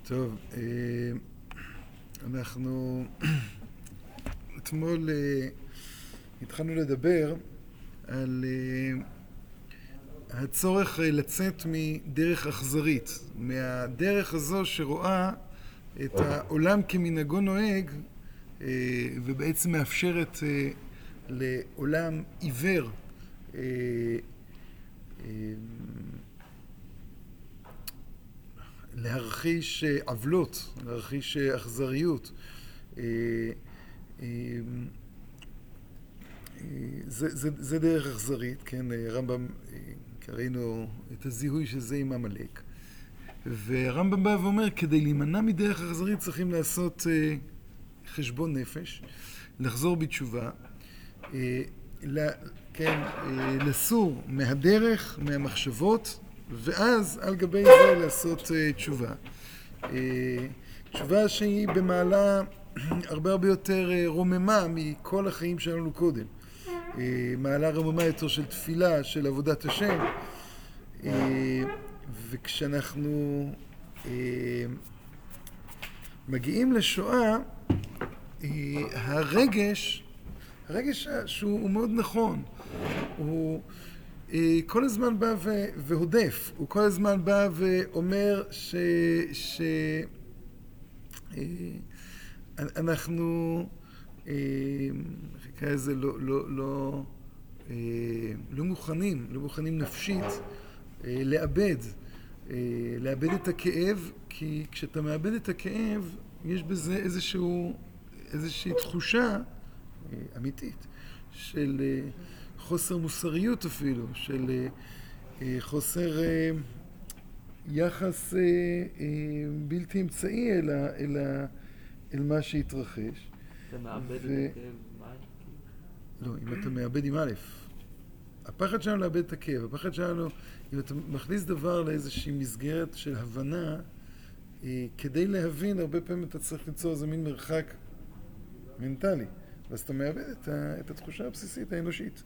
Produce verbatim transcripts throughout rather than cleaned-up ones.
טוב, אנחנו אתמול התחלנו לדבר על הצורך לצאת מדרך אכזרית, מהדרך הזו שרואה את העולם כמנהגו נוהג ובעצם מאפשרת לעולם עיוור להרחיש עוולות, להרחיש אכזריות. זה, זה, זה דרך אכזרית, כן, הרמב"ם, קראינו את הזיהוי של זה עם עמלק. והרמב"ם בא ואומר, כדי להימנע מדרך אכזרית צריכים לעשות חשבון נפש, לחזור בתשובה, כן, לסור מהדרך, מהמחשבות, ואז על גבי זה לעשות תשובה. תשובה שהיא במעלה הרבה הרבה יותר רוממה מכל החיים שלנו קודם. מעלה רוממה יותר של תפילה, של עבודת השם. וכשאנחנו מגיעים לשואה, הרגש, הרגש שהוא מאוד נכון, הוא כל הזמן בא והודף, הוא כל הזמן בא ואומר ש... ש... אנחנו כאיזה לא, לא, לא, לא מוכנים, לא מוכנים נפשית לאבד, לאבד את הכאב, כי כשאתה מאבד את הכאב, יש בזה איזשהו, איזושהי תחושה אמיתית של חוסר מוסריות אפילו, של חוסר יחס בלתי אמצעי אל, אל, אל מה שהתרחש. אתה מאבד ו... את הכאב, מה? לא, אם אתה מאבד עם א', הפחד שלנו לאבד את הכאב, הפחד שלנו, אם אתה מכניס דבר לאיזושהי מסגרת של הבנה, כדי להבין, הרבה פעמים אתה צריך ליצור איזה מין מרחק מנטלי, ואז אתה מאבד את, ה, את התחושה הבסיסית האנושית.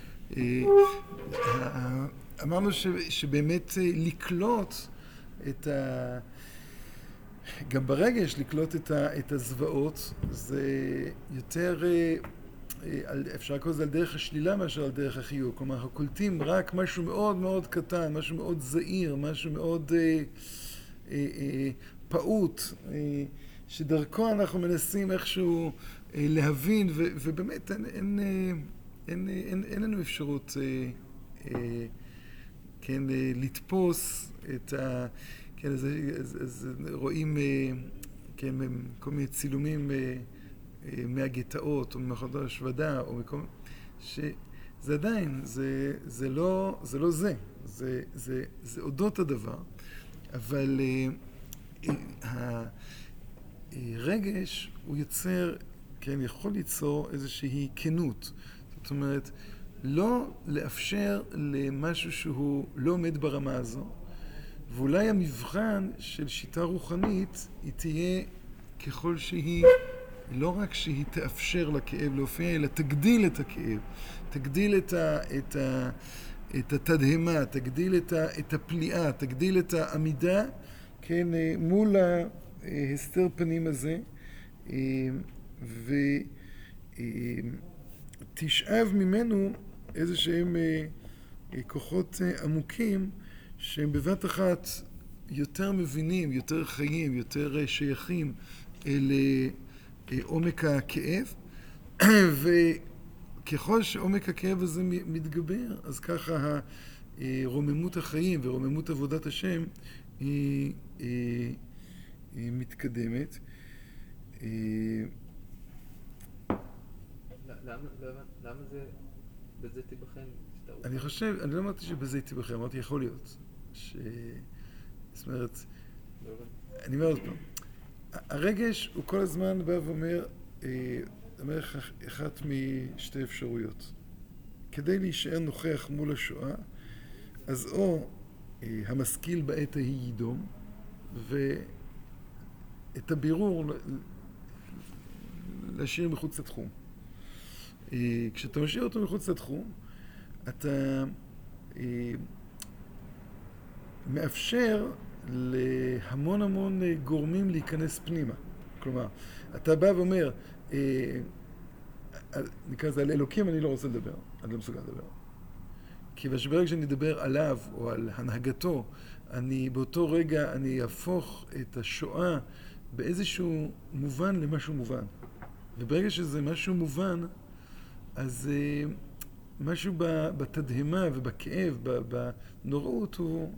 אמרנו ש, שבאמת לקלוט את ה... גם ברגש לקלוט את, ה, את הזוועות, זה יותר, אפשר לקרוא לזה על דרך השלילה מאשר על דרך החיוב. כלומר, אנחנו קולטים רק משהו מאוד מאוד קטן, משהו מאוד זהיר, משהו מאוד אה, אה, אה, פעוט, אה, שדרכו אנחנו מנסים איכשהו אה, להבין, ו, ובאמת אין, אין, אין, אין, אין, אין לנו אפשרות אה, אה, כן, אה, לתפוס את ה... כן, אז, אז, אז רואים כן, כל מיני צילומים מהגטאות או ממחנות השמדה או מקום שזה עדיין, זה, זה לא זה, לא זה. זה, זה, זה אודות הדבר, אבל הרגש הוא יוצר, כן, יכול ליצור איזושהי כנות. זאת אומרת, לא לאפשר למשהו שהוא לא עומד ברמה הזו, ואולי המבחן של שיטה רוחנית היא תהיה ככל שהיא, לא רק שהיא תאפשר לכאב להופיע, אלא תגדיל את הכאב, תגדיל את, ה, את, ה, את התדהמה, תגדיל את, ה, את הפליאה, תגדיל את העמידה, כן, מול ההסתר פנים הזה, ותשאב ממנו איזה שהם כוחות עמוקים, שהם בבת אחת יותר מבינים, יותר חיים, יותר שייכים אל עומק הכאב, וככל שעומק הכאב הזה מתגבר, אז ככה רוממות החיים ורוממות עבודת השם היא, היא, היא מתקדמת. למה, למה זה, בזה תיבחן? אני חושב, אני לא אמרתי שבזה תיבחן, אמרתי יכול להיות. ש... זאת אומרת, אני אומר עוד פעם, הרגש הוא כל הזמן בא ואומר, אומר אחת משתי אפשרויות. כדי להישאר נוכח מול השואה, אז או המשכיל בעת ההיא יידום, ואת הבירור להשאיר מחוץ לתחום. כשאתה משאיר אותו מחוץ לתחום, אתה מאפשר להמון המון גורמים להיכנס פנימה. כלומר, אתה בא ואומר, אה, נקרא לזה על אלוקים אני לא רוצה לדבר, אני לא מסוגל לדבר. כי שברגע שאני אדבר עליו או על הנהגתו, אני באותו רגע אני אהפוך את השואה באיזשהו מובן למשהו מובן. וברגע שזה משהו מובן, אז אה, משהו בתדהמה ובכאב, בנוראות, הוא,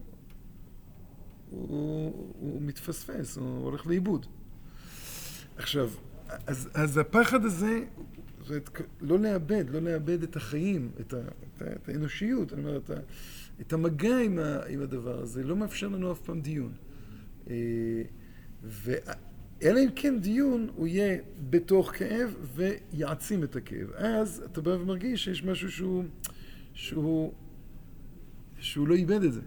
הוא, הוא מתפספס, הוא הולך לאיבוד. עכשיו, אז, אז הפחד הזה, זאת, לא לאבד, לא לאבד את החיים, את, ה, את, ה, את האנושיות, אני אומר, את, ה, את המגע עם, ה, עם הדבר הזה, לא מאפשר לנו אף פעם דיון. ואלא אם כן דיון, הוא יהיה בתוך כאב ויעצים את הכאב. אז אתה בא ומרגיש שיש משהו שהוא, שהוא, שהוא לא איבד את זה.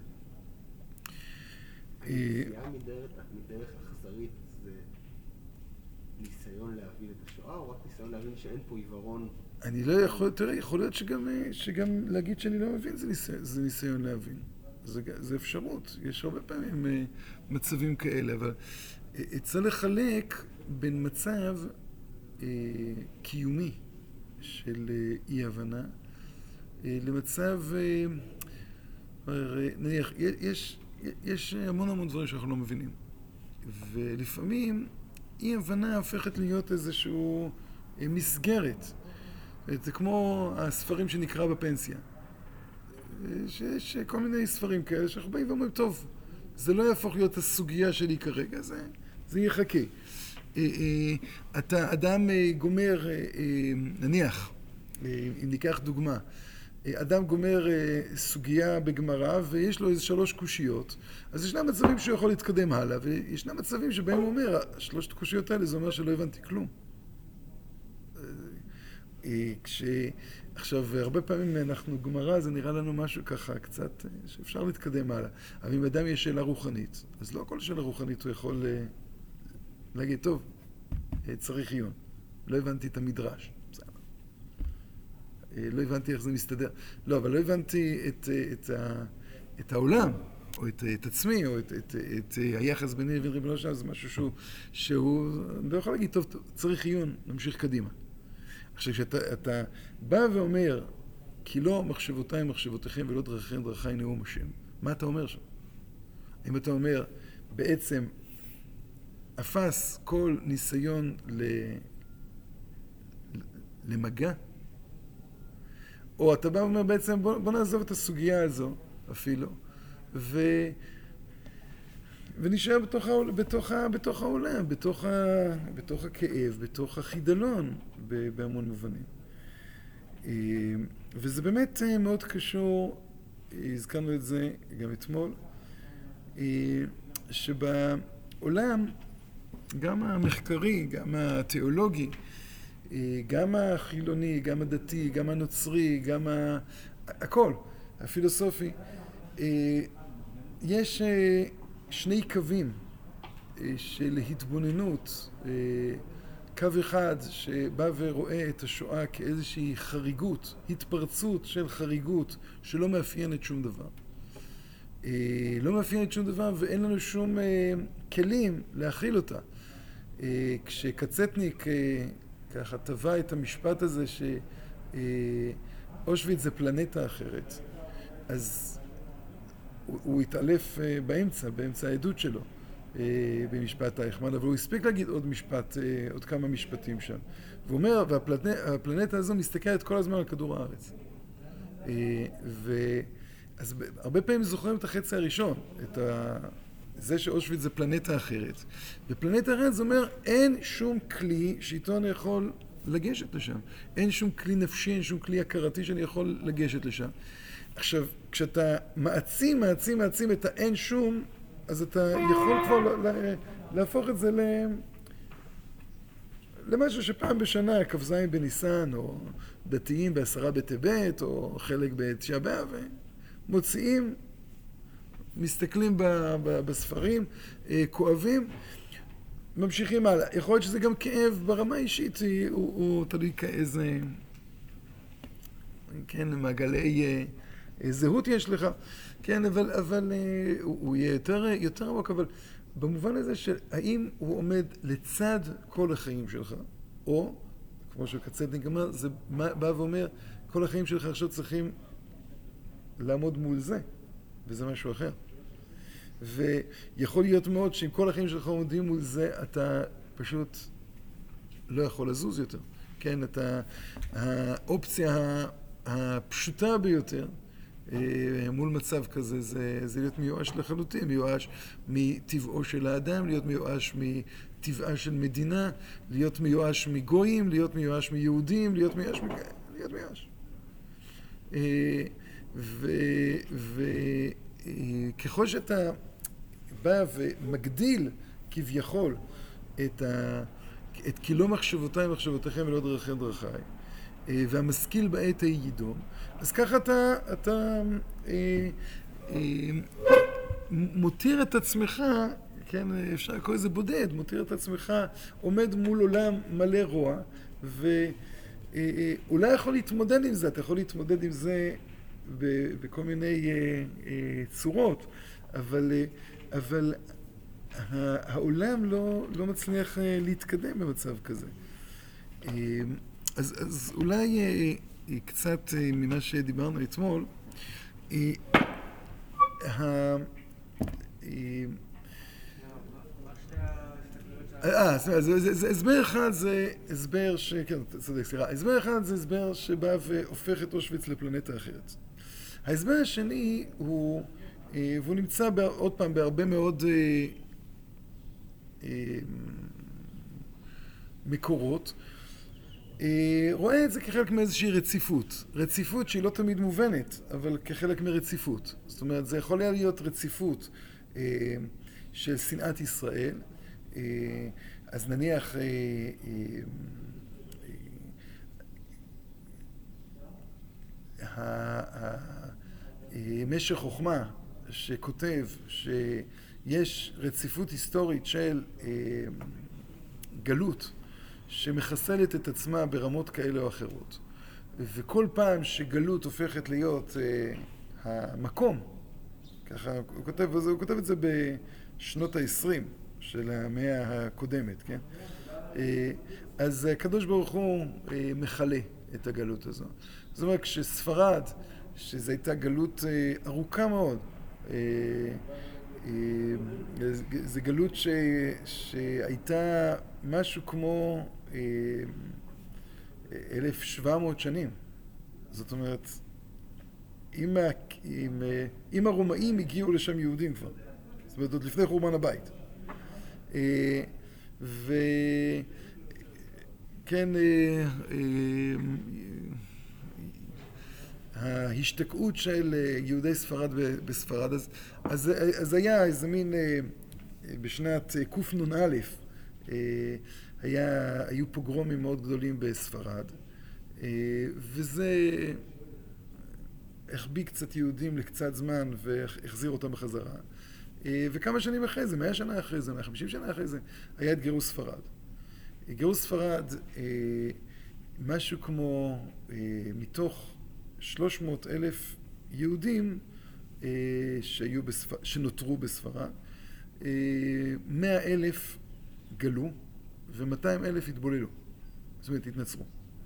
היציאה מדרך אכזרית זה ניסיון להבין את השואה, או רק ניסיון להבין שאין פה עיוורון? אני לא יכול, תראה, יכול להיות שגם, שגם להגיד שאני לא מבין זה ניסיון, זה ניסיון להבין. זה, זה אפשרות. יש הרבה פעמים מצבים כאלה, אבל צריך לחלק בין מצב אה, קיומי של אה, אי-הבנה אה, למצב, אה, אה, נניח, יש, יש המון המון דברים שאנחנו לא מבינים. ולפעמים אי-הבנה הופכת להיות איזשהו אה, מסגרת. זה כמו הספרים שנקרא בפנסיה. שיש כל מיני ספרים כאלה שאנחנו באים ואומרים, טוב, זה לא יהפוך להיות הסוגיה שלי כרגע, זה, זה יחכה. אתה אדם גומר, נניח, אם ניקח דוגמה, אדם גומר סוגיה בגמרא ויש לו איזה שלוש קושיות, אז ישנם מצבים שהוא יכול להתקדם הלאה, וישנם מצבים שבהם הוא אומר, שלושת הקושיות האלה זה אומר שלא הבנתי כלום. כש... עכשיו, הרבה פעמים אנחנו גמרא, זה נראה לנו משהו ככה קצת שאפשר להתקדם הלאה. אבל אם אדם יש שאלה רוחנית, אז לא כל שאלה רוחנית הוא יכול להגיד, טוב, צריך עיון. לא הבנתי את המדרש. בסדר. לא הבנתי איך זה מסתדר. לא, אבל לא הבנתי את, את, ה... את העולם, או את, את עצמי, או את, את, את היחס ביני לבין ריבונו של עולם, זה משהו שהוא, שהוא... אני לא יכול להגיד, טוב, צריך עיון, נמשיך קדימה. עכשיו, כשאתה אתה בא ואומר, כי לא מחשבותיי מחשבותיכם ולא דרכיכם דרכי נאום השם, מה אתה אומר שם? אם אתה אומר, בעצם, אפס כל ניסיון ל... למגע, או אתה בא ואומר בעצם, בוא, בוא נעזוב את הסוגיה הזו אפילו, ו... ונשאר בתוך, בתוך, בתוך העולם, בתוך, בתוך הכאב, בתוך החידלון, בהמון מובנים. וזה באמת מאוד קשור, הזכרנו את זה גם אתמול, שבעולם, גם המחקרי, גם התיאולוגי, גם החילוני, גם הדתי, גם הנוצרי, גם ה... הכל, הפילוסופי, יש שני קווים של התבוננות, קו אחד שבא ורואה את השואה כאיזושהי חריגות, התפרצות של חריגות שלא מאפיינת שום דבר. לא מאפיינת שום דבר ואין לנו שום כלים להכיל אותה. כשקצטניק ככה טבע את המשפט הזה שאושוויץ זה פלנטה אחרת, אז הוא, הוא התעלף באמצע, באמצע העדות שלו, במשפט האייכמן, אבל הוא הספיק להגיד עוד משפט, עוד כמה משפטים שם. והוא אומר, והפלנטה הזו מסתכלת כל הזמן על כדור הארץ. ואז הרבה פעמים זוכרים את החצי הראשון, את ה... זה שאושוויץ זה פלנטה אחרת. ופלנטה אחרת זה אומר, אין שום כלי שאיתו אני יכול לגשת לשם. אין שום כלי נפשי, אין שום כלי הכרתי שאני יכול לגשת לשם. עכשיו, כשאתה מעצים, מעצים, מעצים את האין שום, אז אתה יכול כבר להפוך את זה למשהו שפעם בשנה, כ"ז בניסן, או דתיים בעשרה בטבת, או חלק בתשעה באב, מוציאים, מסתכלים בספרים, כואבים, ממשיכים הלאה. יכול להיות שזה גם כאב ברמה אישית, הוא, הוא תלוי כאיזה, כן, מעגלי, זהות יש לך, כן, אבל, אבל הוא, הוא יהיה יותר, יותר עמוק, אבל במובן הזה של האם הוא עומד לצד כל החיים שלך, או, כמו שקצדניק אמר, זה בא ואומר, כל החיים שלך עכשיו צריכים לעמוד מול זה, וזה משהו אחר. ויכול להיות מאוד שאם כל החיים שלך עומדים מול זה, אתה פשוט לא יכול לזוז יותר. כן, אתה, האופציה הפשוטה ביותר מול מצב כזה, זה, זה להיות מיואש לחלוטין, מיואש מטבעו של האדם, להיות מיואש מטבעה של מדינה, להיות מיואש מגויים, להיות מיואש מיהודים, להיות מיואש מ... להיות מיואש. וככל שאתה בא ומגדיל כביכול את, ה, את כי לא מחשבותיי מחשבותיכם ולא דרכי דרכיי, והמשכיל בעת ההיא יידום, אז ככה אתה, אתה אה, אה, מותיר את עצמך, כן, אפשר לקרוא לזה בודד, מותיר את עצמך עומד מול עולם מלא רוע, ואולי יכול להתמודד עם זה, אתה יכול להתמודד עם זה בכל מיני אה, אה, צורות, אבל, אה, אבל העולם לא, לא מצליח אה, להתקדם במצב כזה. אה, אז, אז אולי אה, אה, קצת אה, ממה שדיברנו אתמול, אה, אה, אה, אה, הסבר אחד זה הסבר ש... כן, צודק, סליחה. הסבר אחד זה הסבר שבא והופך את אושוויץ לפלנטה אחרת. ההסבר השני הוא, והוא נמצא עוד פעם בהרבה מאוד מקורות, רואה את זה כחלק מאיזושהי רציפות. רציפות שהיא לא תמיד מובנת, אבל כחלק מרציפות. זאת אומרת, זה יכול להיות רציפות של שנאת ישראל, אז נניח משך חוכמה שכותב שיש רציפות היסטורית של גלות שמחסלת את עצמה ברמות כאלה או אחרות, וכל פעם שגלות הופכת להיות המקום, ככה הוא כותב, הוא כותב את זה בשנות ה-עשרים של המאה הקודמת, כן? אז הקדוש ברוך הוא מחלה את הגלות הזו. זאת אומרת, כשספרד, שזו הייתה גלות ארוכה מאוד, זו גלות ש... שהייתה משהו כמו אלף ושבע מאות שנים. זאת אומרת, אם, אם, אם הרומאים הגיעו לשם יהודים כבר, זאת אומרת, עוד לפני חורבן הבית. וכן, ההשתקעות של יהודי ספרד בספרד, אז, אז, אז היה איזה מין, בשנת קנ"א, היה, היו פוגרומים מאוד גדולים בספרד, וזה החביא קצת יהודים לקצת זמן והחזיר אותם בחזרה. וכמה שנים אחרי זה, מאה שנה אחרי זה, מאה וחמישים שנה אחרי זה, היה את גירוש ספרד. גירוש ספרד, משהו כמו מתוך שלוש מאות אלף יהודים שהיו בספרד, שנותרו בספרד, מאה אלף גלו ו-מאתיים אלף התבוללו. זאת אומרת, התנצרו.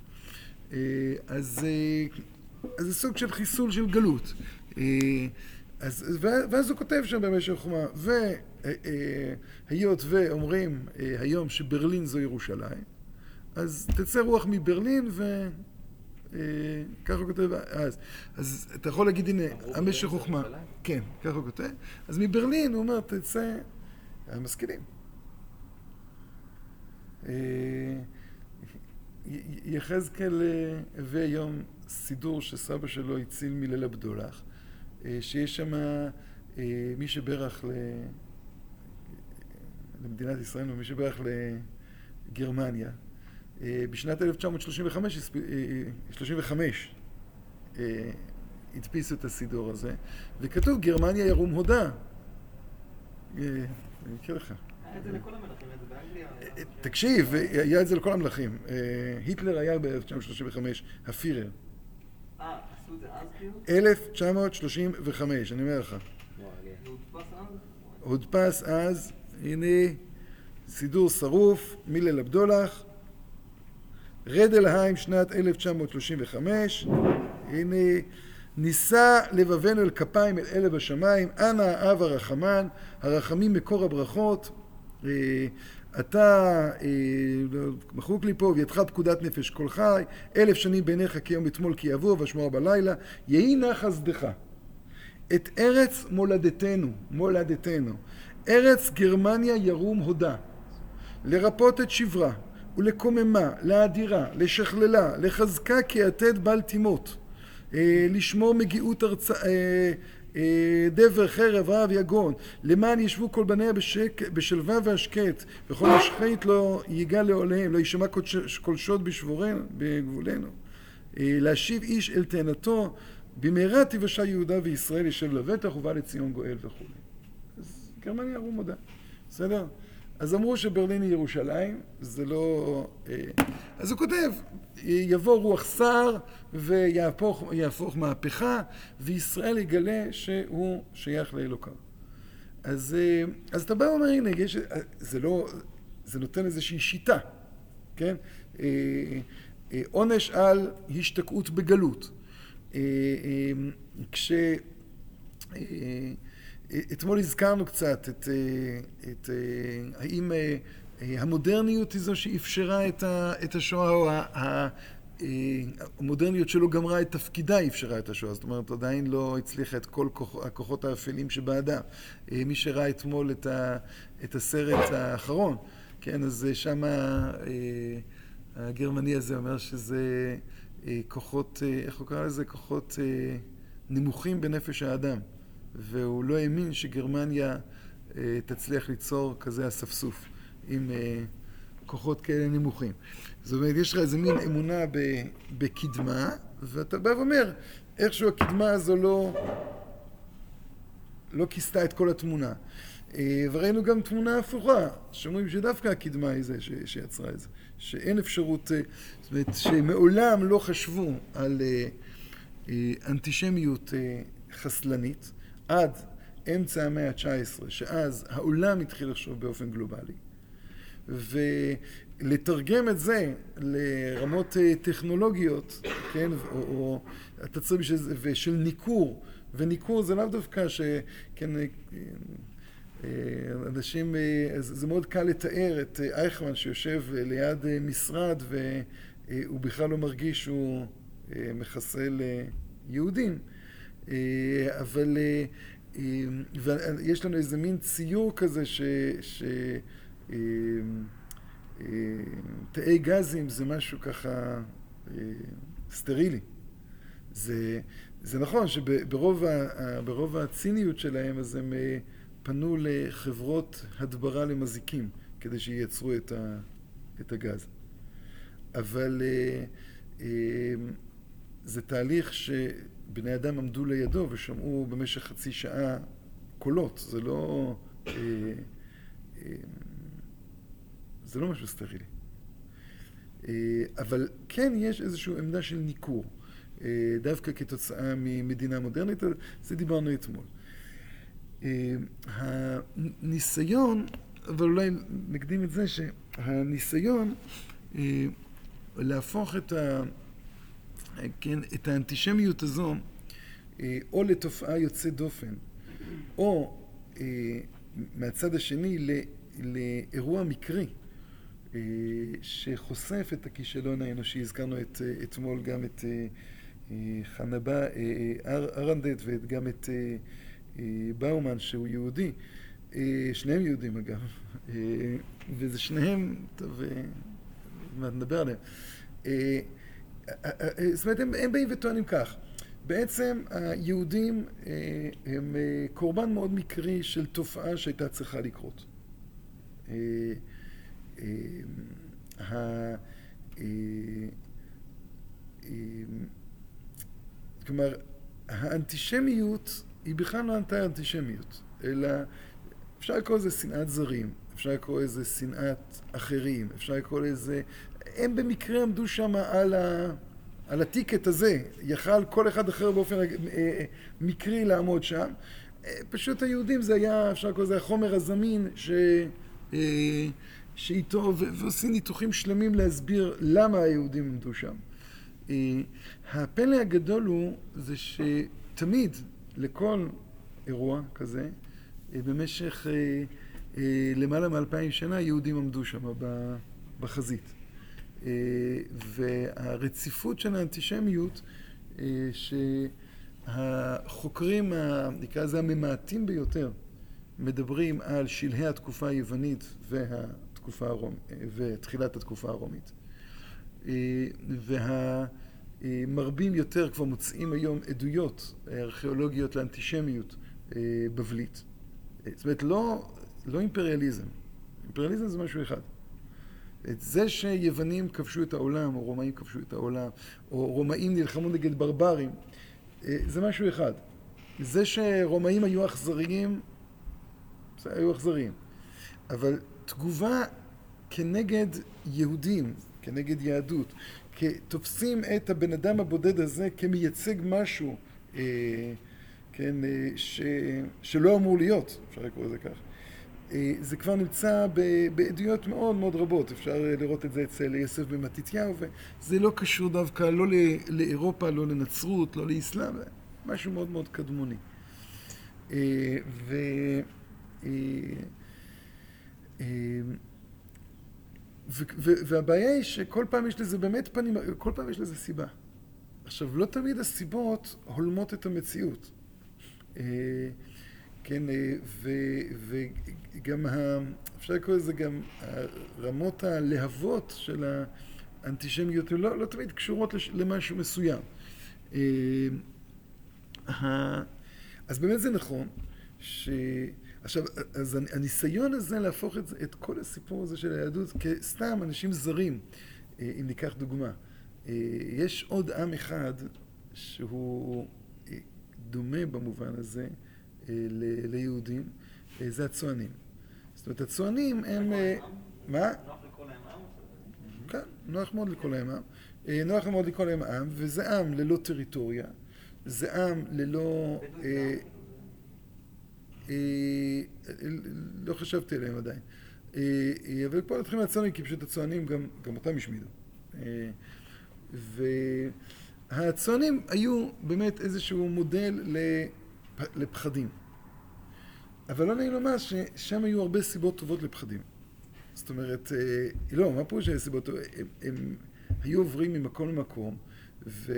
אז, אז זה סוג של חיסול של גלות. אז, ואז הוא כותב שם במשך חוכמה, והיות ואומרים היום שברלין זו ירושלים, אז תצא רוח מברלין ו... ככה הוא כותב, אז, אז אתה יכול להגיד, הנה, המשך חוכמה. כן, ככה הוא כותב. אז מברלין הוא אומר, תצא, המשכילים. יחזקאל הביא היום סידור שסבא שלו הציל מליל הבדולח, שיש שם מי שברך למדינת ישראל ומי שברך לגרמניה. בשנת אלף תשע מאות שלושים וחמש הדפיסו את הסידור הזה, וכתוב גרמניה ירום הודה. אני מכיר לך. היה את זה לכל המלכים, את זה באנגליה. תקשיב, היה את זה לכל המלכים. היטלר היה ב-אלף תשע מאות שלושים וחמש הפירר. אה, עשו את זה אז כאילו? אלף תשע מאות שלושים וחמש, אני אומר לך. זה הודפס אז? הודפס אז, הנה, סידור שרוף, מילל עבדולח, רדלהיים, שנת אלף תשע מאות שלושים וחמש, הנה, נישא לבבנו אל כפיים אל אלה בשמיים, אנא האב הרחמן, הרחמים מקור הברכות, אתה מחוק לי פה, וידך פקודת נפש כל חי, אלף שנים בעיניך כיום אתמול כי יבוא ושמוע בלילה, יהי נא חסדך. את ארץ מולדתנו, מולדתנו, ארץ גרמניה ירום הודה, לרפות את שברה ולקוממה, להדירה, לשכללה, לחזקה כיתד בל תימות, לשמור מגיעות ארצה, דבר, חרב, רעב, יגון, למען ישבו כל בניה בשק, בשלווה והשקט, וכל השחית לא ייגע לעוליהם, לא יישמע כל שוד בשבורנו, בגבולנו, להשיב איש אל תאנתו, במהרה תיוושע יהודה וישראל ישב לבטח ובא לציון גואל וכו'. אז גרמניה ירום הודה, בסדר? אז אמרו שברלין היא ירושלים, זה לא... אז הוא כותב, יבוא רוח שר ויהפוך יהפוך מהפכה, וישראל יגלה שהוא שייך לאלוקיו. אז, אז אתה בא ואומר, הנה, יש, זה לא, זה נותן איזושהי שיטה, כן? עונש על השתקעות בגלות. כש... אתמול הזכרנו קצת את, את האם המודרניות היא זו שאפשרה את השואה, או המודרניות שלו גמרה את תפקידה אפשרה את השואה, זאת אומרת עדיין לא הצליחה את כל הכוחות האפלים שבאדם. מי שראה אתמול את, ה, את הסרט האחרון, כן, אז שם הגרמני הזה אומר שזה כוחות, איך הוא קרא לזה? כוחות נמוכים בנפש האדם. והוא לא האמין שגרמניה אה, תצליח ליצור כזה אספסוף עם אה, כוחות כאלה נמוכים. זאת אומרת, יש לך איזה מין אמונה ב, בקדמה, ואתה בא ואומר, איכשהו הקדמה הזו לא, לא כיסתה את כל התמונה. אה, וראינו גם תמונה הפוכה, שאומרים שדווקא הקדמה היא זה ש, שיצרה את זה. שאין אפשרות, אה, זאת אומרת, שמעולם לא חשבו על אה, אה, אנטישמיות אה, חסלנית, עד אמצע המאה ה-תשע עשרה, שאז העולם התחיל לחשוב באופן גלובלי, ולתרגם את זה לרמות טכנולוגיות, כן, או, או אתה צריך בשביל זה, ושל ניכור, וניכור זה לאו דווקא ש... כן, אנשים, זה מאוד קל לתאר את אייכמן שיושב ליד משרד, והוא בכלל לא מרגיש שהוא מחסל יהודים, אבל ויש לנו איזה מין ציור כזה ש... ש... תאי גזים זה משהו ככה סטרילי. זה, זה נכון שברוב ה... ברוב הציניות שלהם אז הם פנו לחברות הדברה למזיקים כדי שייצרו את, ה... את הגז. אבל זה תהליך שבני אדם עמדו לידו ושמעו במשך חצי שעה קולות. זה לא, זה לא משהו סטרילי. אבל כן יש איזושהי עמדה של ניכור, דווקא כתוצאה ממדינה מודרנית, זה דיברנו אתמול. הניסיון, אבל אולי נקדים את זה, שהניסיון להפוך את ה... כן, את האנטישמיות הזו, או לתופעה יוצאת דופן, או מהצד השני לאירוע מקרי, שחושף את הכישלון האנושי. הזכרנו את, אתמול גם את חנבה ארנדט וגם את באומן שהוא יהודי, שניהם יהודים אגב, וזה שניהם, טוב, מה נדבר עליהם. זאת אומרת, הם, הם באים וטוענים כך. בעצם היהודים הם קורבן מאוד מקרי של תופעה שהייתה צריכה לקרות. כלומר, האנטישמיות היא בכלל לא אנטי-אנטישמיות, אלא אפשר לקרוא לזה שנאת זרים, אפשר לקרוא לזה שנאת אחרים, אפשר לקרוא לזה... הם במקרה עמדו שם על, ה... על הטיקט הזה, יכל כל אחד אחר באופן מקרי לעמוד שם. פשוט היהודים זה היה, אפשר לקרוא לזה החומר הזמין ש... שאיתו, ועושים ניתוחים שלמים להסביר למה היהודים עמדו שם. הפלא הגדול הוא, זה שתמיד לכל אירוע כזה, במשך למעלה מאלפיים שנה, יהודים עמדו שם בחזית. והרציפות של האנטישמיות, שהחוקרים, נקרא לזה הממעטים ביותר, מדברים על שלהי התקופה היוונית והתקופה הרומית, ותחילת התקופה הרומית. והמרבים יותר כבר מוצאים היום עדויות ארכיאולוגיות לאנטישמיות בבלית. זאת אומרת, לא, לא אימפריאליזם. אימפריאליזם זה משהו אחד. את זה שיוונים כבשו את העולם, או רומאים כבשו את העולם, או רומאים נלחמו נגד ברברים, זה משהו אחד. זה שרומאים היו אכזריים, זה היו אכזריים. אבל תגובה כנגד יהודים, כנגד יהדות, כתופסים את הבן אדם הבודד הזה כמייצג משהו, כן, ש, שלא אמור להיות, אפשר לקרוא לזה כך. זה כבר נמצא בעדויות מאוד מאוד רבות, אפשר לראות את זה אצל יוסף בן מתתיהו, וזה לא קשור דווקא לא לאירופה, לא לנצרות, לא לאסלאם, משהו מאוד מאוד קדמוני. ו... והבעיה היא שכל פעם יש לזה באמת פנים, כל פעם יש לזה סיבה. עכשיו, לא תמיד הסיבות הולמות את המציאות. כן, וגם, אפשר לקרוא לזה גם הרמות הלהבות של האנטישמיות, לא, לא תמיד קשורות למשהו מסוים. אז באמת זה נכון, ש... עכשיו, אז הניסיון הזה להפוך את, את כל הסיפור הזה של היהדות כסתם אנשים זרים, אם ניקח דוגמה. יש עוד עם אחד שהוא דומה במובן הזה ליהודים, זה הצוענים. זאת אומרת, הצוענים הם... מה? נוח לקרוא להם עם? כן, נוח מאוד לקרוא להם עם. נוח מאוד לקרוא להם עם, וזה עם ללא טריטוריה. זה עם ללא... לא חשבתי עליהם עדיין. אבל פה נתחיל מהצוענים, כי פשוט הצוענים גם, גם אותם השמידו. והצוענים היו באמת איזשהו מודל לפחדים. אבל לא נעים לומר ששם היו הרבה סיבות טובות לפחדים. זאת אומרת, לא, מה פה שהיו סיבות טובות? הם, הם היו עוברים ממקום למקום, ו...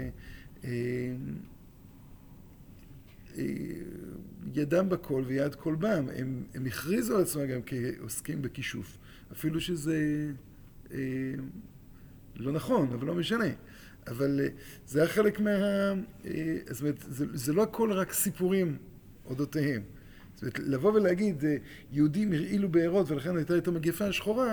ידם בכל ויד כל בם. הם, הם הכריזו על עצמם גם כעוסקים בכישוף. אפילו שזה אה, לא נכון, אבל לא משנה. אבל אה, זה היה חלק מה... אה, זאת אומרת, זה, זה לא הכל רק סיפורים אודותיהם. זאת אומרת, לבוא ולהגיד, אה, יהודים הרעילו בארות ולכן הייתה את המגפה השחורה,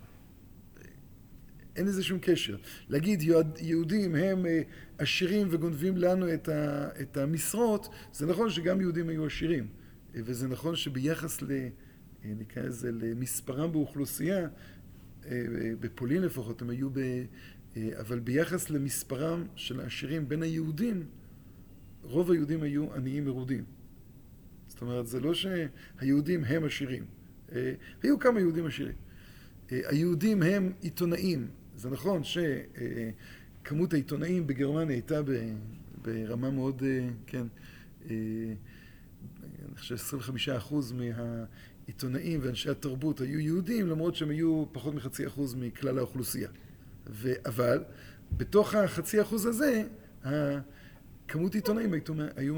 אין לזה שום קשר. להגיד, יהודים הם עשירים וגונבים לנו את, ה, את המשרות, זה נכון שגם יהודים היו עשירים. וזה נכון שביחס ל, נקרא לזה, למספרם באוכלוסייה, בפולין לפחות הם היו, ב, אבל ביחס למספרם של העשירים בין היהודים, רוב היהודים היו עניים מרודים. זאת אומרת, זה לא שהיהודים הם עשירים. היו כמה יהודים עשירים. היהודים הם עיתונאים. זה נכון שכמות העיתונאים בגרמניה הייתה ברמה מאוד, כן, אני חושב עשרים וחמישה אחוז מהעיתונאים ואנשי התרבות היו יהודים, למרות שהם היו פחות מחצי אחוז מכלל האוכלוסייה. אבל בתוך החצי אחוז הזה, כמות עיתונאים היו,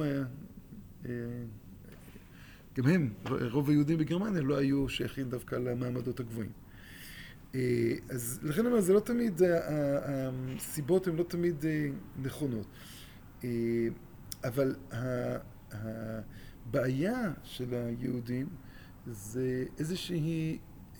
גם הם, רוב היהודים בגרמניה לא היו שייכים דווקא למעמדות הגבוהים. אז לכן אומר, זה לא תמיד, הסיבות הן לא תמיד נכונות. אבל הבעיה של היהודים זה איזושהי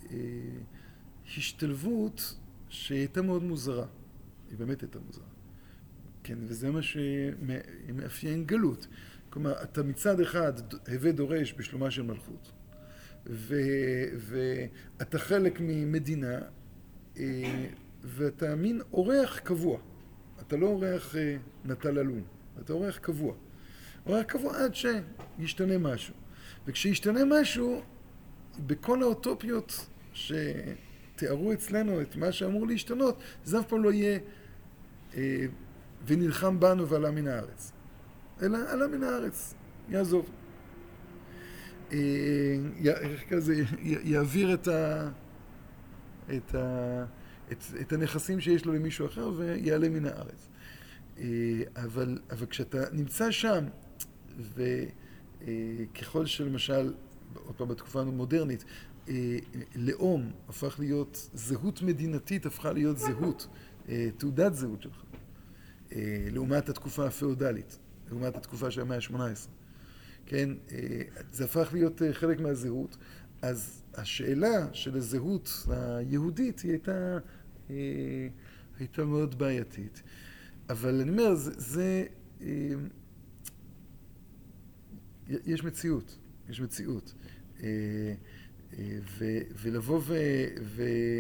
השתלבות שהייתה מאוד מוזרה. היא באמת הייתה מוזרה. כן, וזה מה שמאפיין גלות. כלומר, אתה מצד אחד הווה דורש בשלומה של מלכות. ואתה חלק ממדינה, ואתה מין אורח קבוע. אתה לא אורח אה, נטל אלון, אתה אורח קבוע. אורח קבוע עד שישתנה משהו. וכשישתנה משהו, בכל האוטופיות שתיארו אצלנו את מה שאמור להשתנות, זה אף פעם לא יהיה אה, ונלחם בנו ועלה מן הארץ. אלא עלה מן הארץ, יעזוב. אה, איך כזה, יעביר את ה... את ה... את, את הנכסים שיש לו למישהו אחר ויעלה מן הארץ. אבל, אבל כשאתה נמצא שם, וככל שלמשל, עוד פעם בתקופה המודרנית, לאום הפך להיות, זהות מדינתית הפכה להיות זהות, תעודת זהות שלך, לעומת התקופה הפאודלית, לעומת התקופה של המאה ה-שמונה עשרה. כן, זה הפך להיות חלק מהזהות, אז השאלה של הזהות היהודית היא הייתה, הייתה מאוד בעייתית. אבל אני אומר, זה, זה יש מציאות, יש מציאות. ו, ולבוא ו, ו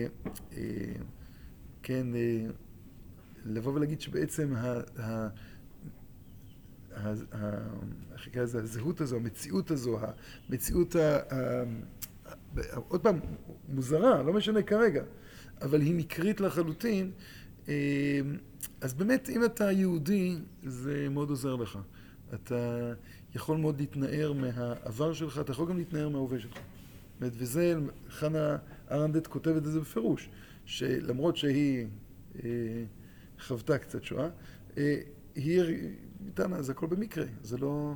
כן, לבוא ולהגיד שבעצם ה, ה, ה, ה, הזהות הזו, המציאות הזו, המציאות ה, ה, עוד פעם, מוזרה, לא משנה כרגע, אבל היא מקרית לחלוטין, אז באמת, אם אתה יהודי, זה מאוד עוזר לך. אתה יכול מאוד להתנער מהעבר שלך, אתה יכול גם להתנער מההווה שלך. וזה, חנה ארנדט כותבת את זה בפירוש, שלמרות שהיא חוותה קצת שואה, היא איתנה, זה הכל במקרה, זה לא,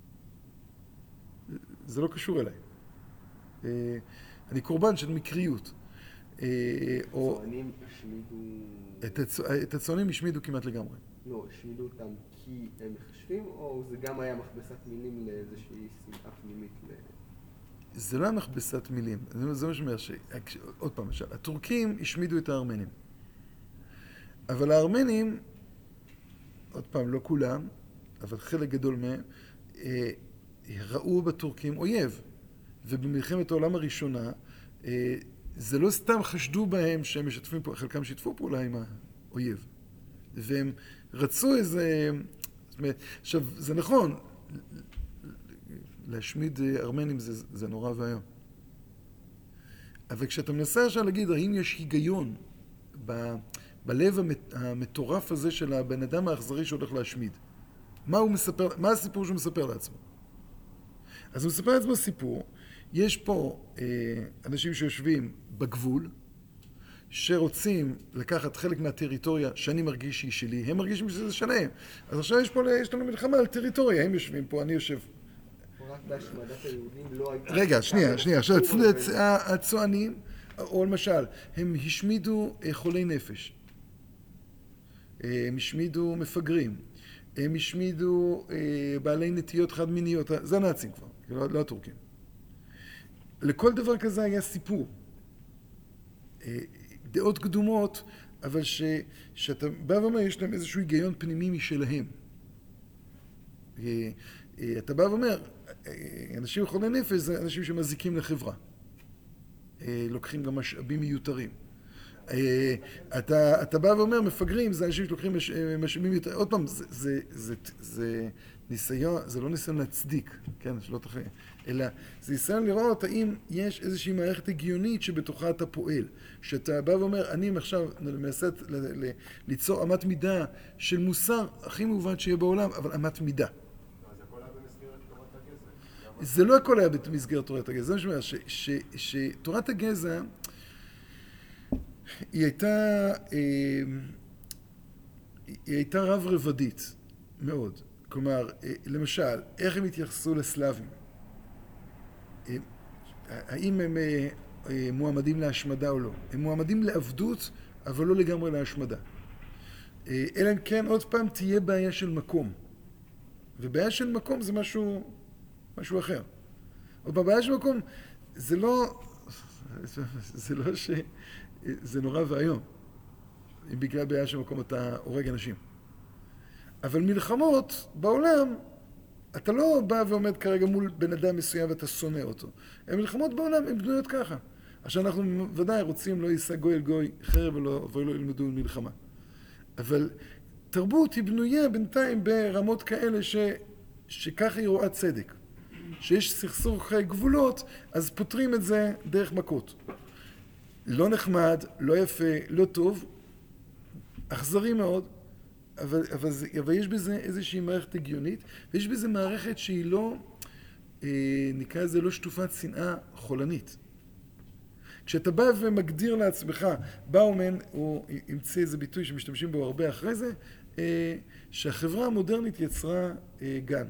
זה לא קשור אליי. אני קורבן של מקריות. הצוענים השמידו... את הצוענים השמידו כמעט לגמרי. לא, השמידו אותם כי הם מחשבים, או זה גם היה מכבסת מילים לאיזושהי שנאה פנימית ל... זה לא היה מכבסת מילים. זה מה שאומר ש... עוד פעם, הטורקים השמידו את הארמנים. אבל הארמנים, עוד פעם, לא כולם, אבל חלק גדול מהם, ראו בטורקים אויב. ובמלחמת העולם הראשונה, זה לא סתם חשדו בהם שהם משתפים פה, חלקם שיתפו פעולה עם האויב. והם רצו איזה... זאת אומרת, עכשיו, זה נכון, להשמיד ארמנים זה, זה נורא והיום. אבל כשאתה מנסה עכשיו להגיד, האם יש היגיון ב, בלב המטורף הזה של הבן אדם האכזרי שהולך להשמיד? מה הוא מספר, מה הסיפור שהוא מספר לעצמו? אז הוא מספר לעצמו סיפור, יש פה אה, אנשים שיושבים בגבול, שרוצים לקחת חלק מהטריטוריה שאני מרגיש שהיא שלי, הם מרגישים שזה שלהם. אז עכשיו יש פה, יש לנו מלחמה על טריטוריה, הם יושבים פה, אני יושב. רק בהשמדת היהודים לא הייתה... רגע, שנייה, שנייה, עכשיו הצוענים, או למשל, הם השמידו חולי נפש, הם השמידו מפגרים, הם השמידו בעלי נטיות חד מיניות, זה הנאצים כבר, לא, לא הטורקים. לכל דבר כזה היה סיפור. דעות קדומות, אבל ש, שאתה בא ואומר, יש להם איזשהו היגיון פנימי משלהם. אתה בא ואומר, אנשים חולי נפש זה אנשים שמזיקים לחברה. לוקחים גם משאבים מיותרים. אתה, אתה בא ואומר, מפגרים, זה אנשים שלוקחים מש, משאבים מיותרים. עוד פעם, זה, זה, זה, זה ניסיון, זה לא ניסיון להצדיק, כן, שלא תחי, אלא זה ניסיון לראות האם יש איזושהי מערכת הגיונית שבתוכה אתה פועל. שאתה בא ואומר, אני עכשיו מנסה ליצור אמת מידה של מוסר הכי מעוות שיהיה בעולם, אבל אמת מידה. זה לא הכל היה במסגרת תורת הגזע, זה מה שאומר, שתורת הגזע היא הייתה, היא הייתה רב רבדית מאוד. כלומר, למשל, איך הם התייחסו לסלאבים? האם הם מועמדים להשמדה או לא? הם מועמדים לעבדות, אבל לא לגמרי להשמדה. אלא אם כן, עוד פעם, תהיה בעיה של מקום. ובעיה של מקום זה משהו... משהו אחר. אבל בבעיה של מקום, זה לא, זה לא ש... זה נורא והיום. אם בגלל בעיה של מקום אתה הורג אנשים. אבל מלחמות בעולם, אתה לא בא ועומד כרגע מול בן אדם מסוים ואתה שונא אותו. המלחמות בעולם הן בנויות ככה. עכשיו אנחנו ודאי רוצים לא יישא גוי אל גוי חרב ולא, ולא ילמדו מלחמה. אבל התרבות היא בנויה בינתיים ברמות כאלה ש, שככה היא רואה צדק. שיש סכסוך גבולות, אז פותרים את זה דרך מכות. לא נחמד, לא יפה, לא טוב, אכזרי מאוד, אבל, אבל, זה, אבל יש בזה איזושהי מערכת הגיונית, ויש בזה מערכת שהיא לא, אה, נקרא לזה לא שטופת שנאה חולנית. כשאתה בא ומגדיר לעצמך, באומן, הוא ימצא איזה ביטוי שמשתמשים בו הרבה אחרי זה, אה, שהחברה המודרנית יצרה אה, גן.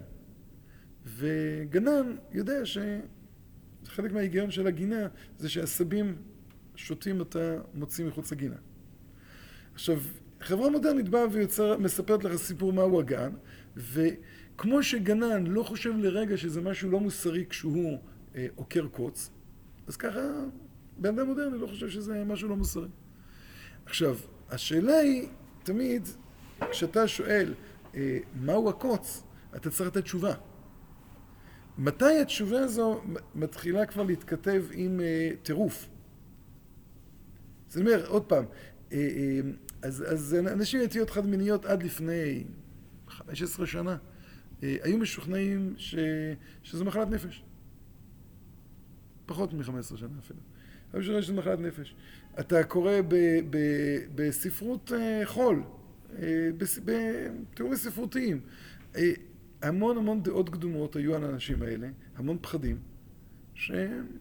וגנן יודע שחלק מההיגיון של הגינה זה שהסבים שותים אותה מוצאים מחוץ לגינה. עכשיו, חברה מודרנית באה ומספרת לך סיפור מהו הגן, וכמו שגנן לא חושב לרגע שזה משהו לא מוסרי כשהוא אה, עוקר קוץ, אז ככה בן אדם מודרני לא חושב שזה משהו לא מוסרי. עכשיו, השאלה היא תמיד, כשאתה שואל אה, מהו הקוץ, אתה צריך לתת תשובה. מתי התשובה הזו מתחילה כבר להתכתב עם אה, טירוף? זאת אומרת, עוד פעם, אה, אה, אז, אז אנשים נטיות חד מיניות עד לפני חמש עשרה שנה אה, היו משוכנעים ש, שזו מחלת נפש. פחות מ-חמש עשרה שנה אפילו. היו משוכנעים שזו מחלת נפש. אתה קורא ב, ב, בספרות אה, חול, אה, בתיאורים ספרותיים, אה, המון המון דעות קדומות היו על האנשים האלה, המון פחדים, ש...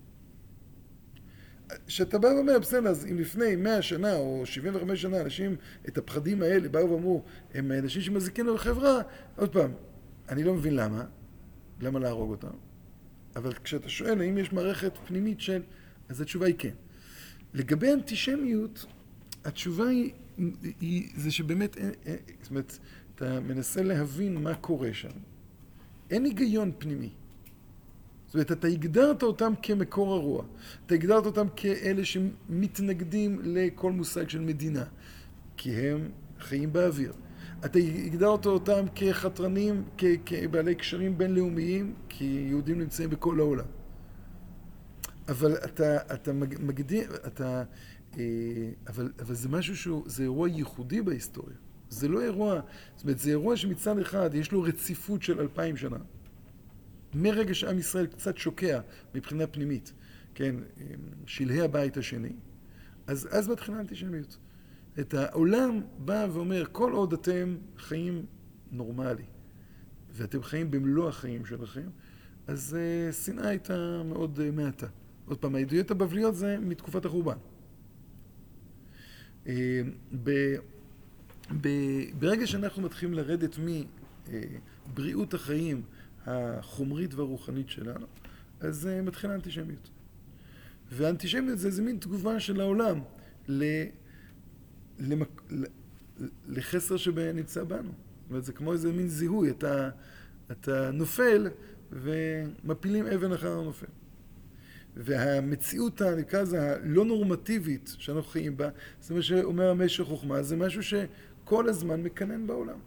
שאתה בא ואומר, בסדר, אז אם לפני מאה שנה או שבעים וחמש שנה אנשים את הפחדים האלה באו ואמרו, הם אנשים שמזיקים לו לחברה, עוד פעם, אני לא מבין למה, למה להרוג אותם, אבל כשאתה שואל האם יש מערכת פנימית של, אז התשובה היא כן. לגבי אנטישמיות, התשובה היא, היא זה שבאמת, זאת אומרת, אתה מנסה להבין מה קורה שם. אין היגיון פנימי. זאת אומרת, אתה הגדרת אותם כמקור הרוע. אתה הגדרת אותם כאלה שמתנגדים לכל מושג של מדינה, כי הם חיים באוויר. אתה הגדרת אותם כחתרנים, כבעלי קשרים בינלאומיים, כי יהודים נמצאים בכל העולם. אבל אתה, אתה מגדיר, אתה, אבל, אבל זה משהו שהוא, זה אירוע ייחודי בהיסטוריה. זה לא אירוע, זאת אומרת, זה אירוע שמצד אחד יש לו רציפות של אלפיים שנה. מרגע שעם ישראל קצת שוקע מבחינה פנימית, כן, שלהי הבית השני, אז, אז מתחילה האנטישמיות. את העולם בא ואומר, כל עוד אתם חיים נורמלי, ואתם חיים במלוא החיים שלכם, אז uh, שנאה הייתה מאוד uh, מעטה. עוד פעם, העדויות הבבליות זה מתקופת החורבן. Uh, ב... ברגע שאנחנו מתחילים לרדת מבריאות החיים החומרית והרוחנית שלנו, אז מתחילה האנטישמיות. והאנטישמיות זה איזה מין תגובה של העולם לחסר שנמצא בנו. זאת אומרת, זה כמו איזה מין זיהוי, אתה, אתה נופל ומפילים אבן אחר הנופל. והמציאות, נקרא לזה, הלא נורמטיבית שאנחנו חיים בה, זה מה שאומר המשך חוכמה, זה משהו שכל הזמן מקנן בעולם.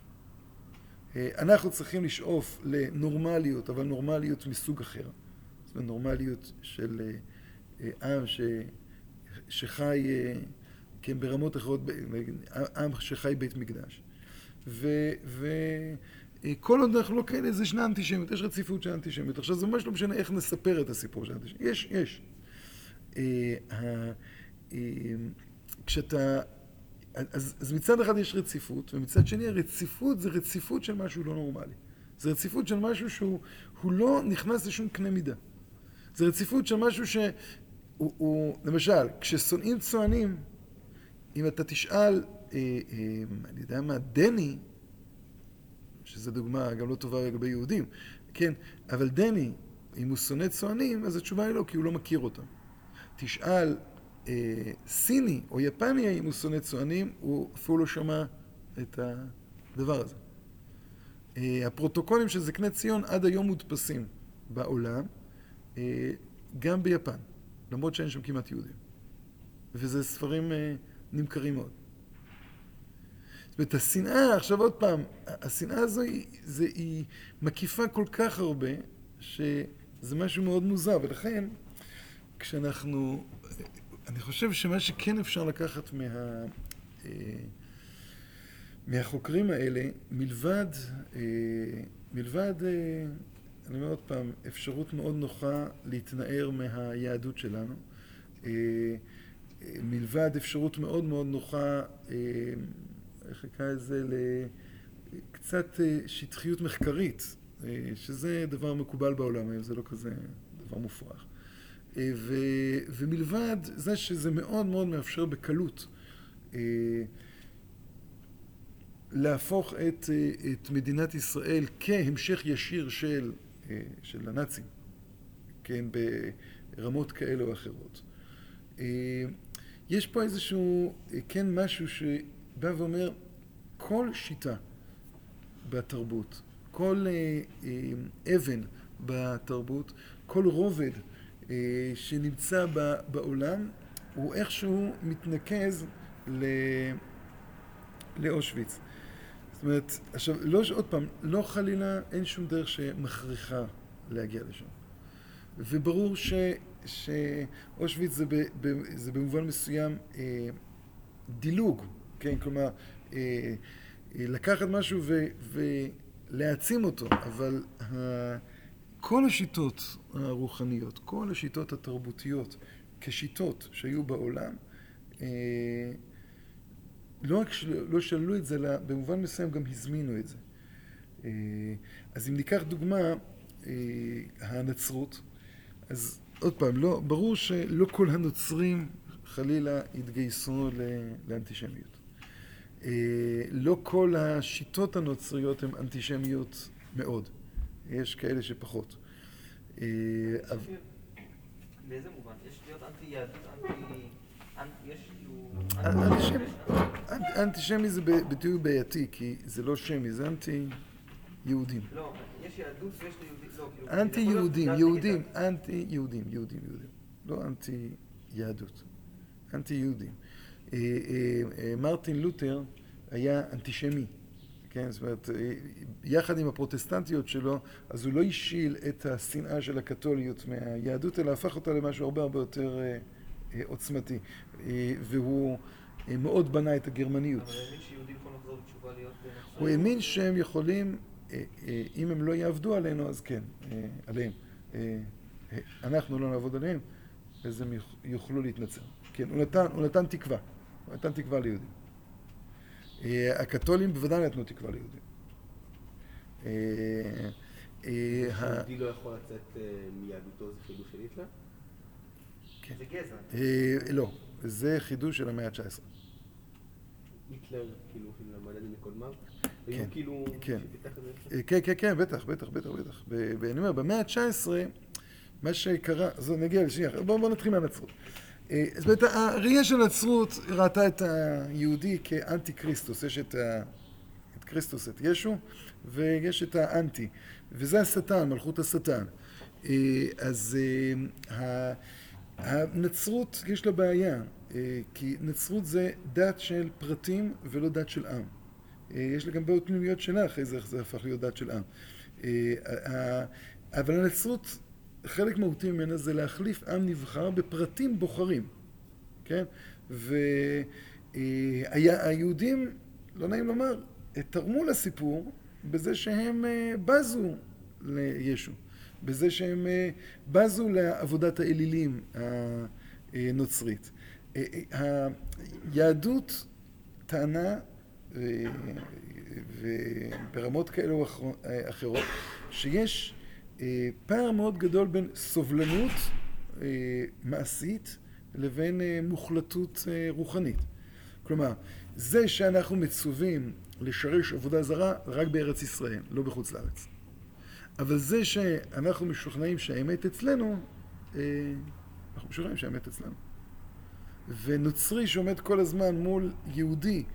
אנחנו צריכים לשאוף לנורמליות, אבל נורמליות מסוג אחר. זאת אומרת, נורמליות של עם ש... שחי, כן, ברמות אחרות, עם שחי בית מקדש. ו... ו... כל עוד אנחנו לא כאלה, זה שני אנטישמיות, יש רציפות של אנטישמיות. עכשיו, זה ממש לא משנה איך נספר את הסיפור של אנטישמיות. יש, יש. כשאתה... אז, אז מצד אחד יש רציפות, ומצד שני הרציפות זה רציפות של משהו לא נורמלי. זה רציפות של משהו שהוא הוא לא נכנס לשום קנה מידה. זה רציפות של משהו שהוא, הוא, למשל, כששונאים צוענים, אם אתה תשאל, אה, אה, אני יודע מה, דני, שזו דוגמה גם לא טובה לגבי יהודים, כן, אבל דני, אם הוא שונא צוענים, אז התשובה היא לא, כי הוא לא מכיר אותם. תשאל אה, סיני או יפני, אם הוא שונא צוענים, הוא אפילו לא שמע את הדבר הזה. אה, הפרוטוקולים של זקני ציון עד היום מודפסים בעולם, אה, גם ביפן, למרות שאין שם כמעט יהודים. וזה ספרים אה, נמכרים מאוד. זאת אומרת, השנאה, עכשיו עוד פעם, השנאה הזו היא, זה, היא מקיפה כל כך הרבה, שזה משהו מאוד מוזר, ולכן, כשאנחנו, אני חושב שמה שכן אפשר לקחת מה, מהחוקרים האלה, מלבד, מלבד, אני אומר עוד פעם, אפשרות מאוד נוחה להתנער מהיהדות שלנו, מלבד אפשרות מאוד מאוד נוחה, איך נקרא את זה, לקצת שטחיות מחקרית, שזה דבר מקובל בעולם, זה לא כזה דבר מופרך. ו, ומלבד זה שזה מאוד מאוד מאפשר בקלות להפוך את, את מדינת ישראל כהמשך ישיר של, של הנאצים, כן, ברמות כאלה או אחרות. יש פה איזשהו, כן, משהו שבא ואומר, כל שיטה בתרבות, כל אבן בתרבות, כל רובד שנמצא בעולם, הוא איכשהו מתנקז לאושוויץ. זאת אומרת, עכשיו, לא, עוד פעם, לא חלילה, אין שום דרך שמכריחה להגיע לשם. וברור ש, שאושוויץ זה, ב, ב, זה במובן מסוים אה, דילוג, כן? כלומר, אה, לקחת משהו ו, ולהעצים אותו, אבל ה, כל השיטות הרוחניות, כל השיטות התרבותיות, כשיטות שהיו בעולם, אה, לא רק שלא שללו את זה, אלא במובן מסוים גם הזמינו את זה. אז אם ניקח דוגמה, הנצרות, אז עוד פעם, לא, ברור שלא כל הנוצרים חלילה התגייסו לאנטישמיות. לא כל השיטות הנוצריות הן אנטישמיות מאוד. יש כאלה שפחות. באיזה מובן? יש להיות אנטי-יהדות, אנטי... יש כאילו... אנטישמי זה ביטוי בעייתי, כי זה לא שמי, זה אנטי-יהודים. לא, יש יהדות ויש ליהודים, לא, כאילו... אנטי-יהודים, יהודים, אנטי-יהודים, יהודים, יהודים. לא אנטי-יהדות, אנטי-יהודים. מרטין לותר היה אנטישמי, כן? זאת אומרת, יחד עם הפרוטסטנטיות שלו, אז הוא לא השיל את השנאה של הקתוליות מהיהדות, אלא הפך אותה למשהו הרבה הרבה יותר עוצמתי, והוא מאוד בנה את הגרמניות. אבל הוא האמין שיהודים יכולים לחזור בתשובה להיות... הוא האמין שהם יכולים, אם הם לא יעבדו עלינו, אז כן, עליהם. אנחנו לא נעבוד עליהם, אז הם יוכלו להתנצר. כן, הוא נתן, הוא נתן תקווה. הוא נתן תקווה ליהודים. הקתולים בוודאי נתנו תקווה ליהודים. שיהודי לא יכול לצאת מיהדותו, זה חידוש של היטלר? זה גזע. לא, זה חידוש של המאה ה-תשע עשרה. היטלר, כאילו, למדד מקודמיו? כן, כאילו, כן. שפיתח את זה? כן, כן, כן, בטח, בטח, בטח, בטח. ואני אומר, במאה ה-תשע עשרה, מה שקרה, אז נגיע לשנייה, בואו נתחיל מהנצרות. אז באמת, הראייה של הנצרות ראתה את היהודי כאנטי קריסטוס. יש את, ה... את קריסטוס, את ישו, ויש את האנטי. וזה השטן, מלכות השטן. אז הנצרות יש לה בעיה, כי נצרות זה דת של פרטים ולא דת של עם. יש לה גם בעיות פנימיות שלה, אחרי זה זה הפך להיות דת של עם. אבל הנצרות, חלק מהותי ממנה זה להחליף עם נבחר בפרטים בוחרים, כן? והיהודים, לא נעים לומר, תרמו לסיפור בזה שהם בזו לישו, בזה שהם בזו לעבודת האלילים הנוצרית. היהדות טענה, וברמות כאלה או אחרות, שיש פער מאוד גדול בין סובלנות מעשית לבין מוחלטות רוחנית. כלומר, זה שאנחנו מצווים לשרש עבודה זרה רק בארץ ישראל, לא בחוץ לארץ. אבל זה שאנחנו משוכנעים שהאמת אצלנו, אנחנו משוכנעים שהאמת אצלנו. ונוצרי שעומד כל הזמן מול יהודי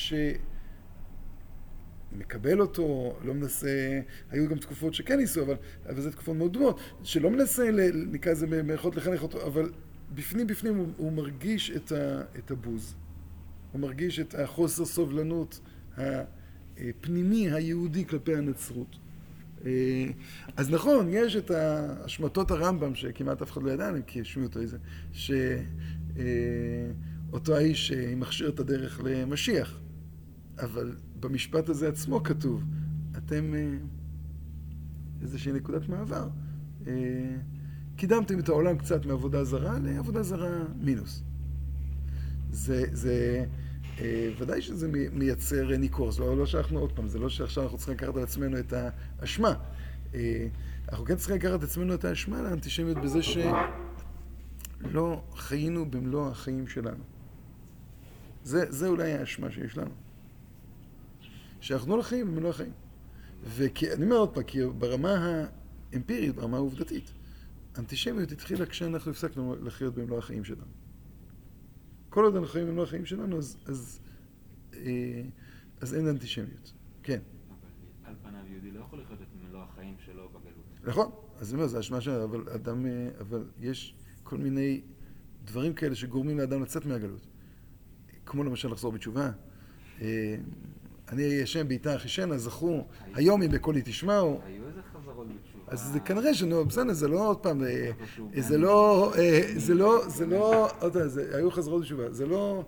שמקבל אותו, לא מנסה, היו גם תקופות שכן ניסו, אבל, אבל זה תקופות מאוד דומות, שלא מנסה, נקרא לזה במערכות לחנך אותו, אבל בפנים בפנים הוא, הוא מרגיש את, ה, את הבוז. הוא מרגיש את החוסר סובלנות הפנימי היהודי כלפי הנצרות. אז נכון, יש את השמטות הרמב"ם שכמעט אף אחד לא ידע, כי ישמיעו אותו איזה, שאותו האיש מכשיר את הדרך למשיח. אבל במשפט הזה עצמו כתוב, אתם אה, איזושהי נקודת מעבר. אה, קידמתם את העולם קצת מעבודה זרה לעבודה זרה מינוס. זה, זה, אה, ודאי שזה מייצר ניכור, זה לא, לא שאנחנו עוד פעם, זה לא שעכשיו אנחנו צריכים לקחת על עצמנו את האשמה. אה, אנחנו כן צריכים לקחת על עצמנו את האשמה לאנטישמיות בזה שלא חיינו במלוא החיים שלנו. זה, זה אולי האשמה שיש לנו. שאנחנו לא חיים במלוא החיים. ואני אומר עוד פעם, כי ברמה האמפירית, ברמה העובדתית, אנטישמיות התחילה כשאנחנו הפסקנו לחיות במלוא החיים שלנו. כל עוד אנחנו חיים במלוא החיים שלנו, אז, אז, אה, אז אין אנטישמיות. כן. אבל על פניו יהודי לא יכול לחיות את מלוא החיים שלו בגלות. נכון. אז אני אומר, זה השמה שלנו, אבל אדם, אבל יש כל מיני דברים כאלה שגורמים לאדם לצאת מהגלות. כמו למשל לחזור בתשובה. אה, אני השם בעיתה אחישנה, זכו, היום אם בקולי תשמעו. היו איזה חזרות בתשובה? אז זה כנראה שנו, בסדר, זה לא עוד פעם, זה לא, זה לא, זה לא, עוד פעם, היו חזרות בתשובה, זה לא,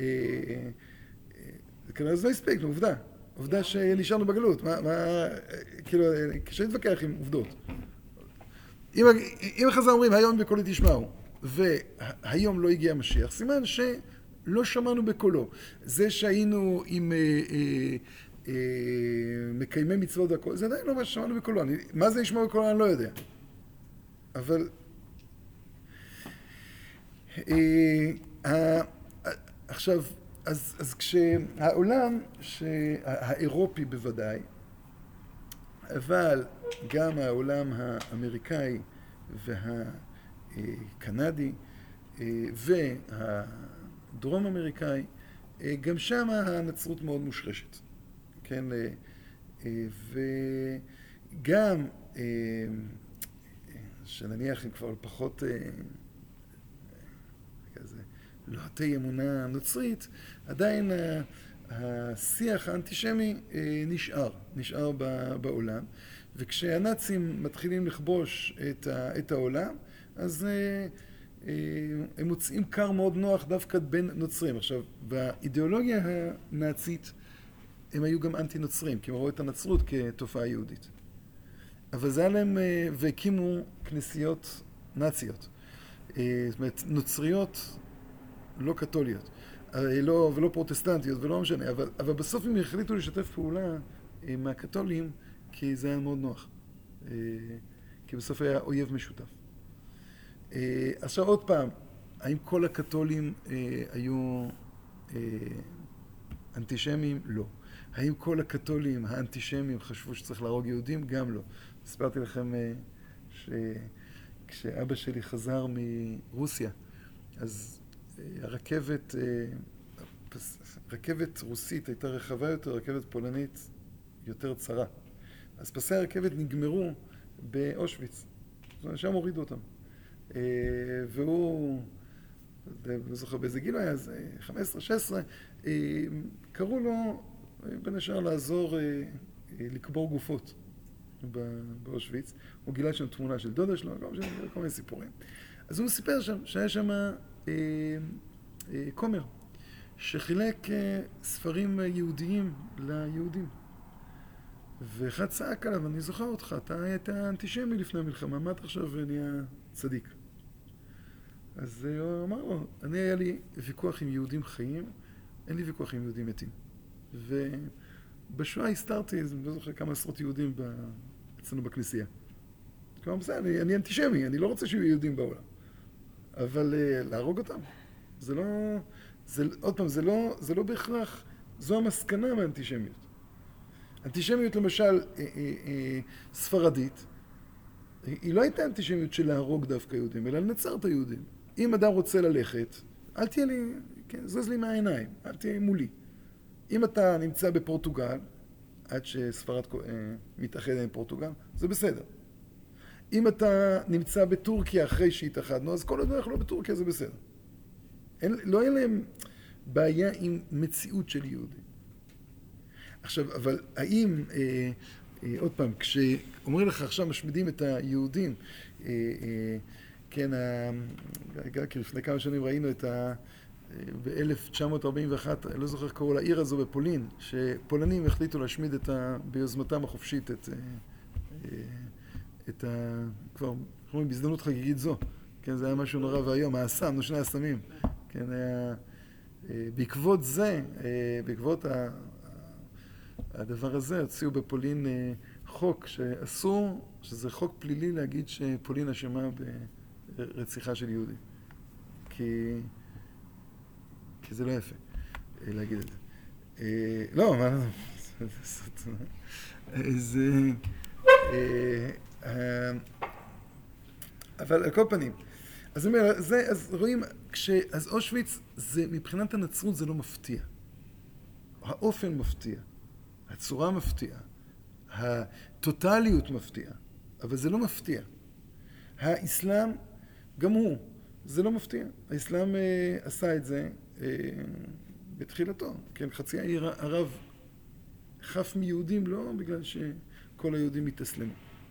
כנראה זה לא הספיק, עובדה, עובדה שנשארנו בגלות, מה, כאילו, קשה להתווכח עם עובדות. אם החז"ל אומרים, היום בקולי תשמעו, והיום לא הגיע המשיח, סימן ש... לא שמענו בקולו. זה שהיינו עם אה, אה, אה, מקיימי מצוות והכל, זה עדיין לא מה ששמענו בקולו. אני, מה זה לשמוע בקולו אני לא יודע. אבל אה, אה, עכשיו, אז, אז כשהעולם האירופי בוודאי, אבל גם העולם האמריקאי והקנדי וה... דרום אמריקאי, גם שם הנצרות מאוד מושרשת. כן, וגם, שנניח הם כבר פחות כזה, לוהטי אמונה נוצרית, עדיין השיח האנטישמי נשאר, נשאר בעולם, וכשהנאצים מתחילים לכבוש את העולם, אז הם מוצאים קר מאוד נוח דווקא בין נוצרים. עכשיו, באידיאולוגיה הנאצית הם היו גם אנטי-נוצרים, כי הם ראו את הנצרות כתופעה יהודית. אבל זה היה להם, והקימו כנסיות נאציות. זאת אומרת, נוצריות לא קתוליות, לא, ולא פרוטסטנטיות, ולא משנה, אבל, אבל בסוף הם החליטו לשתף פעולה מהקתולים, כי זה היה מאוד נוח. כי בסוף היה אויב משותף. עכשיו עוד פעם, האם כל הקתולים אה, היו אה, אנטישמיים? לא. האם כל הקתולים האנטישמיים חשבו שצריך להרוג יהודים? גם לא. הסברתי לכם אה, שכשאבא שלי חזר מרוסיה, אז אה, הרכבת, אה, רכבת רוסית הייתה רחבה יותר, רכבת פולנית יותר צרה. אז פסי הרכבת נגמרו באושוויץ. זאת אומרת, שם הורידו אותם. והוא, לא זוכר באיזה גיל היה, אז חמש עשרה שש עשרה, קראו לו בין השאר לעזור לקבור גופות באושוויץ. הוא גילה שם תמונה של דודה שלו, כל מיני סיפורים. אז הוא סיפר שם שהיה שם כומר שחילק ספרים יהודיים ליהודים. ואחד צעק עליו, אני זוכר אותך, אתה היית אנטישמי לפני המלחמה, מה אתה עכשיו נהיה צדיק? אז הוא אמר לו, אני היה לי ויכוח עם יהודים חיים, אין לי ויכוח עם יהודים מתים. ובשואה הסתרתי, אני לא זוכר כמה עשרות יהודים אצלנו בכנסייה. כלומר, בסדר, אני, אני אנטישמי, אני לא רוצה שיהיו יהודים בעולם. אבל להרוג אותם, זה לא, זה, עוד פעם, זה לא, זה לא בהכרח, זו המסקנה מהאנטישמיות. אנטישמיות למשל אה, אה, אה, ספרדית, היא לא הייתה אנטישמיות של להרוג דווקא יהודים, אלא לנצר את היהודים. אם אדם רוצה ללכת, אל תהיה לי, כן, זוז לי מהעיניים, אל תהיה מולי. אם אתה נמצא בפורטוגל, עד שספרד אה, מתאחד עם פורטוגל, זה בסדר. אם אתה נמצא בטורקיה אחרי שהתאחדנו, אז כל עוד אנחנו לא בטורקיה זה בסדר. אין, לא היה להם בעיה עם מציאות של יהודים. עכשיו, אבל האם, אה, אה, עוד פעם, כשאומרים לך עכשיו משמידים את היהודים, אה, אה, כן, ה... כי לפני כמה שנים ראינו את ב-אלף תשע מאות ארבעים ואחת, אני לא זוכר קראו לעיר הזו בפולין, שפולנים החליטו להשמיד את ה... ביוזמתם החופשית את... את ה... כבר, אנחנו אומרים, בהזדמנות חגיגית זו. כן, זה היה משהו נורא והיום, האסם, נושני האסמים. כן, היה... בעקבות זה, בעקבות ה... הדבר הזה, הוציאו בפולין חוק שאסור, שזה חוק פלילי להגיד שפולין אשמה ברציחה של יהודים. כי... כי זה לא יפה להגיד את זה. לא, מה... זה... אבל על כל פנים. אז אני אומר, זה, אז רואים, כש... אז אושוויץ, זה, מבחינת הנצרות זה לא מפתיע. האופן מפתיע. הצורה מפתיעה. הטוטליות מפתיעה. אבל זה לא מפתיע. האסלאם, גם הוא, זה לא מפתיע. האסלאם אה, עשה את זה אה, בתחילתו. כן, חצי העיר ערב חף מיהודים, לא בגלל שכל היהודים התאסלמו.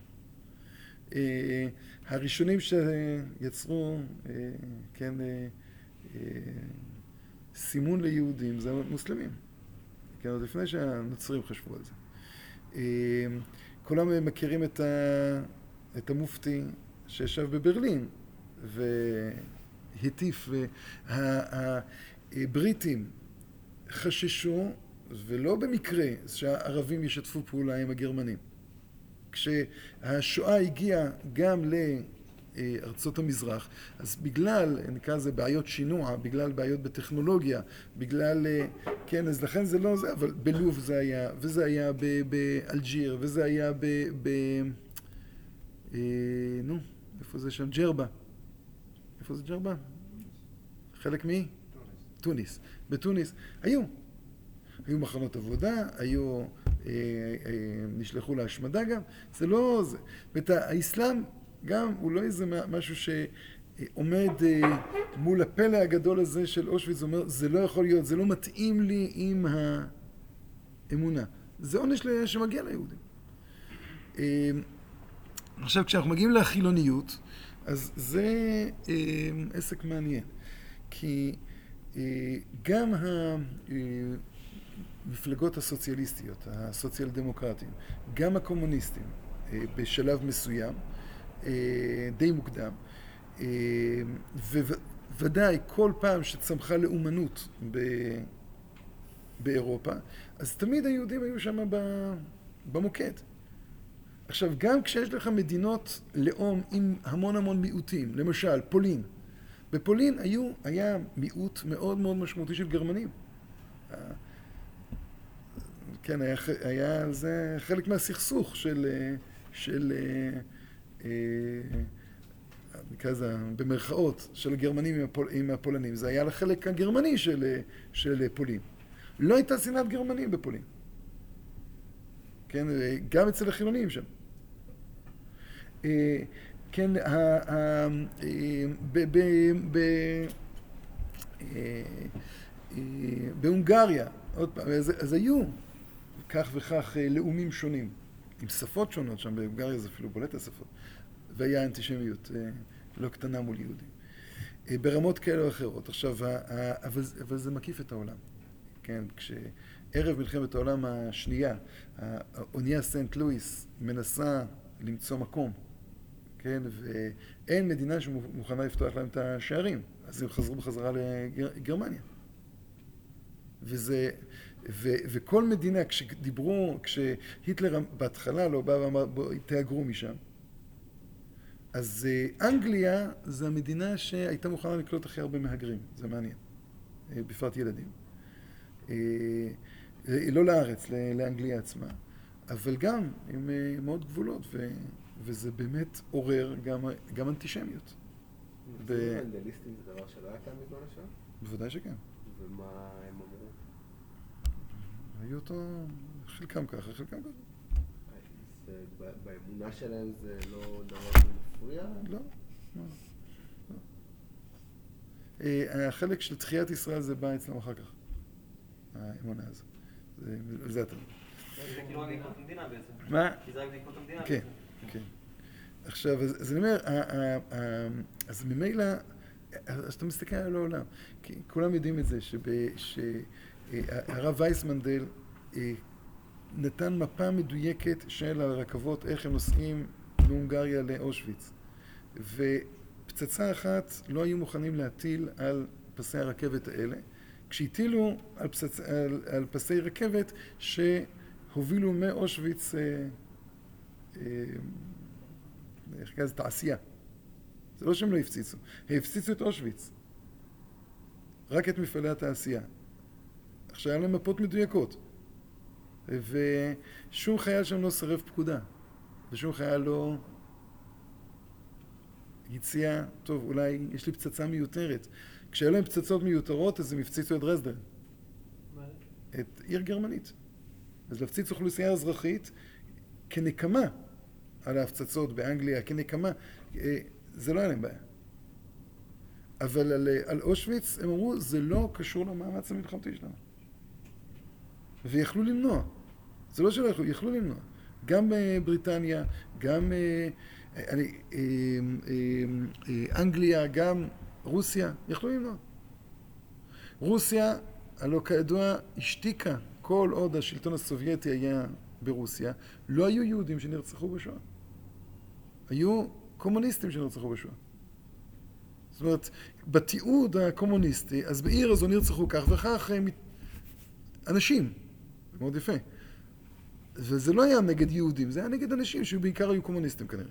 אה, הראשונים שיצרו, אה, כן, אה, אה, סימון ליהודים זה מוסלמים. כן, עוד לפני שהנוצרים חשבו על זה. אה, כולם מכירים את, ה, את המופתי שישב בברלין והטיף, והבריטים חששו, ולא במקרה, שהערבים ישתפו פעולה עם הגרמנים. כשהשואה הגיעה גם לארצות המזרח, אז בגלל, נקרא לזה בעיות שינוע, בגלל בעיות בטכנולוגיה, בגלל, כן, אז לכן זה לא זה, אבל בלוב זה היה, וזה היה באלג'יר, וזה היה ב... ב אה, נו, איפה זה שם? ג'רבה. איפה זה ג'רבה? חלק מי? טוניס. טוניס. בתוניס. היו. היו מחנות עבודה, היו, אה, אה, נשלחו להשמדה גם. זה לא זה. ואת האסלאם גם הוא לא איזה משהו שעומד אה, מול הפלא הגדול הזה של אושוויץ, זה אומר, זה לא יכול להיות, זה לא מתאים לי עם האמונה. זה עונש שמגיע ליהודים. אה, עכשיו, כשאנחנו מגיעים לחילוניות, אז זה אה, עסק מעניין. כי אה, גם המפלגות הסוציאליסטיות, הסוציאל דמוקרטיים, גם הקומוניסטים, אה, בשלב מסוים, אה, די מוקדם, אה, וודאי כל פעם שצמחה לאומנות ב, באירופה, אז תמיד היהודים היו שם במוקד. עכשיו, גם כשיש לך מדינות לאום עם המון המון מיעוטים, למשל, פולין. בפולין היו, היה מיעוט מאוד מאוד משמעותי של גרמנים. כן, היה, היה זה חלק מהסכסוך של, של, נקרא לזה, במרכאות, של הגרמנים עם, הפול, עם הפולנים. זה היה לחלק הגרמני של, של פולין. לא הייתה שנאת גרמנים בפולין. כן, גם אצל החילונים שם. כן, בהונגריה, עוד פעם, אז היו כך וכך לאומים שונים, עם שפות שונות שם, בהונגריה זה אפילו בולט השפות, והיה אנטישמיות לא קטנה מול יהודים. ברמות כאלה או אחרות. עכשיו, אבל זה מקיף את העולם. כן, כשערב מלחמת העולם השנייה, האונייה סנט לואיס מנסה למצוא מקום, כן, ואין מדינה שמוכנה לפתוח להם את השערים, אז הם חזרו בחזרה לגרמניה. וזה, ו, וכל מדינה, כשדיברו, כשהיטלר בהתחלה לא בא ואמר, בואו, תהגרו משם, אז אנגליה זה המדינה שהייתה מוכנה לקלוט הכי הרבה מהגרים, זה מעניין, בפרט ילדים. לא לארץ, לאנגליה עצמה, אבל גם עם מאוד גבולות, ו, וזה באמת עורר גם, גם אנטישמיות. ו... מנדליסטים זה דבר שלא היה כאן בזמן השעה? בוודאי שכן. ומה הם אמרו? היו אותו, חלקם ככה, חלקם ככה. זה, באמונה שלהם זה לא דבר שמפריע? לא, לא. לא. החלק של תחיית ישראל זה בא אצלם אחר כך. האמונה הזו. זה, זה אתה. זה כאילו רק בעקבות המדינה בעצם. מה? כי זה רק בעקבות המדינה בעצם. כן, כן. עכשיו, אז, אז אני אומר, אז ממילא אז אתה מסתכל על העולם, כי כולם יודעים את זה, שהרב וייסמנדל נתן מפה מדויקת של הרכבות, איך הם נוסעים מהונגריה לאושוויץ. ופצצה אחת לא היו מוכנים להטיל על פסי הרכבת האלה, כשהטילו על, פצצ... על, על פסי רכבת שהובילו מאושוויץ, אה, אה, איך קרא לזה, תעשייה. זה לא שהם לא הפציצו, הם הפציצו את אושוויץ. רק את מפעלי התעשייה. עכשיו היה להם מפות מדויקות. ושום חייל שם לא שרף פקודה. ושום חייל לא הציע, טוב, אולי יש לי פצצה מיותרת. כשהיו להם פצצות מיותרות, אז הם הפציצו את דרזדן. מה? את עיר גרמנית. אז להפציץ אוכלוסייה אזרחית כנקמה על ההפצצות באנגליה, כנקמה, זה לא היה להם בעיה. אבל על, על אושוויץ הם אמרו, זה לא קשור למאמץ המלחמתי שלנו. ויכלו למנוע. זה לא שלא יכלו, יכלו למנוע. גם בריטניה, גם אני, אנגליה, גם רוסיה, יכלו למנוע. רוסיה, הלא כידוע, השתיקה כל עוד השלטון הסובייטי היה ברוסיה, לא היו יהודים שנרצחו בשואה. היו קומוניסטים שנרצחו בשואה. זאת אומרת, בתיעוד הקומוניסטי, אז בעיר הזו נרצחו כך וכך אנשים. זה מאוד יפה. וזה לא היה נגד יהודים, זה היה נגד אנשים שבעיקר היו קומוניסטים כנראה.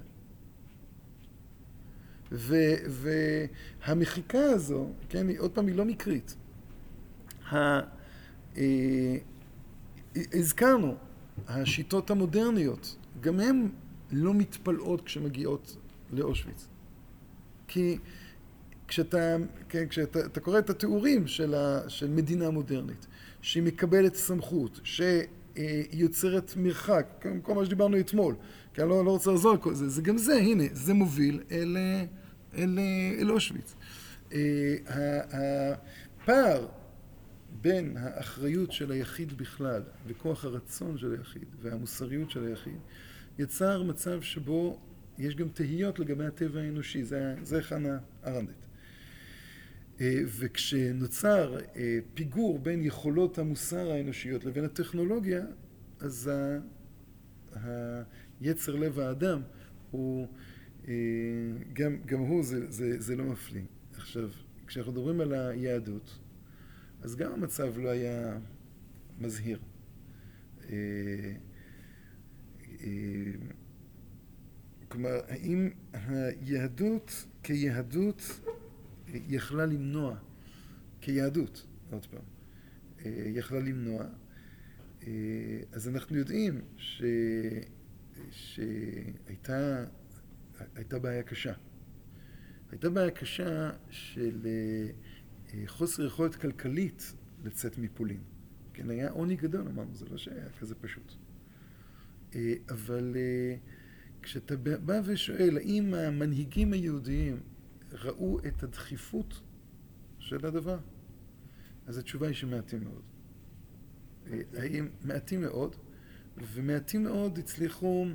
ו- והמחיקה הזו, כן, עוד פעם היא לא מקרית. ה- אה, הזכרנו, השיטות המודרניות, גם הן לא מתפלאות כשמגיעות לאושוויץ. כי כשאתה, כן, כשאתה אתה קורא את התיאורים של, ה, של מדינה מודרנית, שהיא מקבלת סמכות, שהיא יוצרת מרחק, כל מה שדיברנו אתמול, כי אני לא, לא רוצה לעזור כל זה, זה גם זה, הנה, זה מוביל אל, אל, אל אושוויץ. הפער בין האחריות של היחיד בכלל וכוח הרצון של היחיד והמוסריות של היחיד יצר מצב שבו יש גם תהיות לגבי הטבע האנושי, זה, זה חנה ארנדט. וכשנוצר פיגור בין יכולות המוסר האנושיות לבין הטכנולוגיה, אז היצר לב האדם הוא, גם, גם הוא, זה, זה, זה לא מפליא. עכשיו, כשאנחנו מדברים על היהדות, אז גם המצב לא היה מזהיר. כלומר, האם היהדות כיהדות יכלה למנוע, כיהדות, עוד פעם, יכלה למנוע, אז אנחנו יודעים ש... שהייתה הייתה בעיה קשה. הייתה בעיה קשה של חוסר יכולת כלכלית לצאת מפולין. כן, היה עוני גדול, אמרנו, זה לא שהיה כזה פשוט. אבל כשאתה בא ושואל, האם המנהיגים היהודיים ראו את הדחיפות של הדבר? אז התשובה היא שמעטים מאוד. האם מעטים מאוד, ומעטים מאוד הצליחו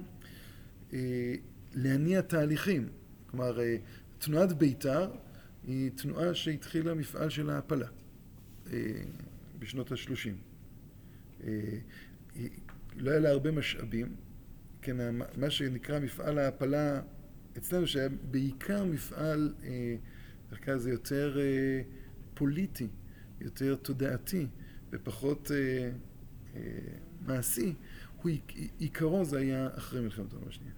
להניע תהליכים. כלומר, תנועת בית"ר היא תנועה שהתחילה מפעל של ההפלה בשנות ה-שלושים. לא היה לה הרבה משאבים, כן, מה שנקרא מפעל ההפלה אצלנו שהיה בעיקר מפעל, דרך זה יותר פוליטי, יותר תודעתי ופחות מעשי, הוא עיקרו זה היה אחרי מלחמת העולם השנייה.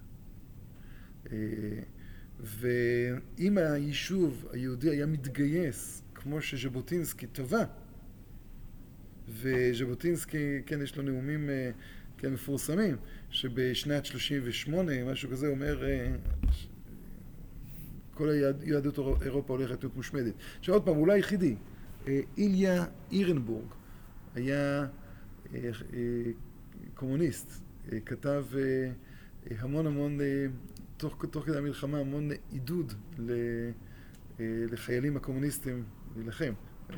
ואם היישוב היהודי היה מתגייס כמו שז'בוטינסקי טבע, וז'בוטינסקי, כן, יש לו נאומים כן, מפורסמים, שבשנת שלושים ושמונה, משהו כזה, אומר, כל היהדות אירופה הולכת להיות מושמדת. עכשיו עוד פעם, אולי יחידי, איליה אירנבורג היה קומוניסט, כתב המון המון, תוך, תוך כדי המלחמה, המון עידוד לחיילים הקומוניסטים להילחם.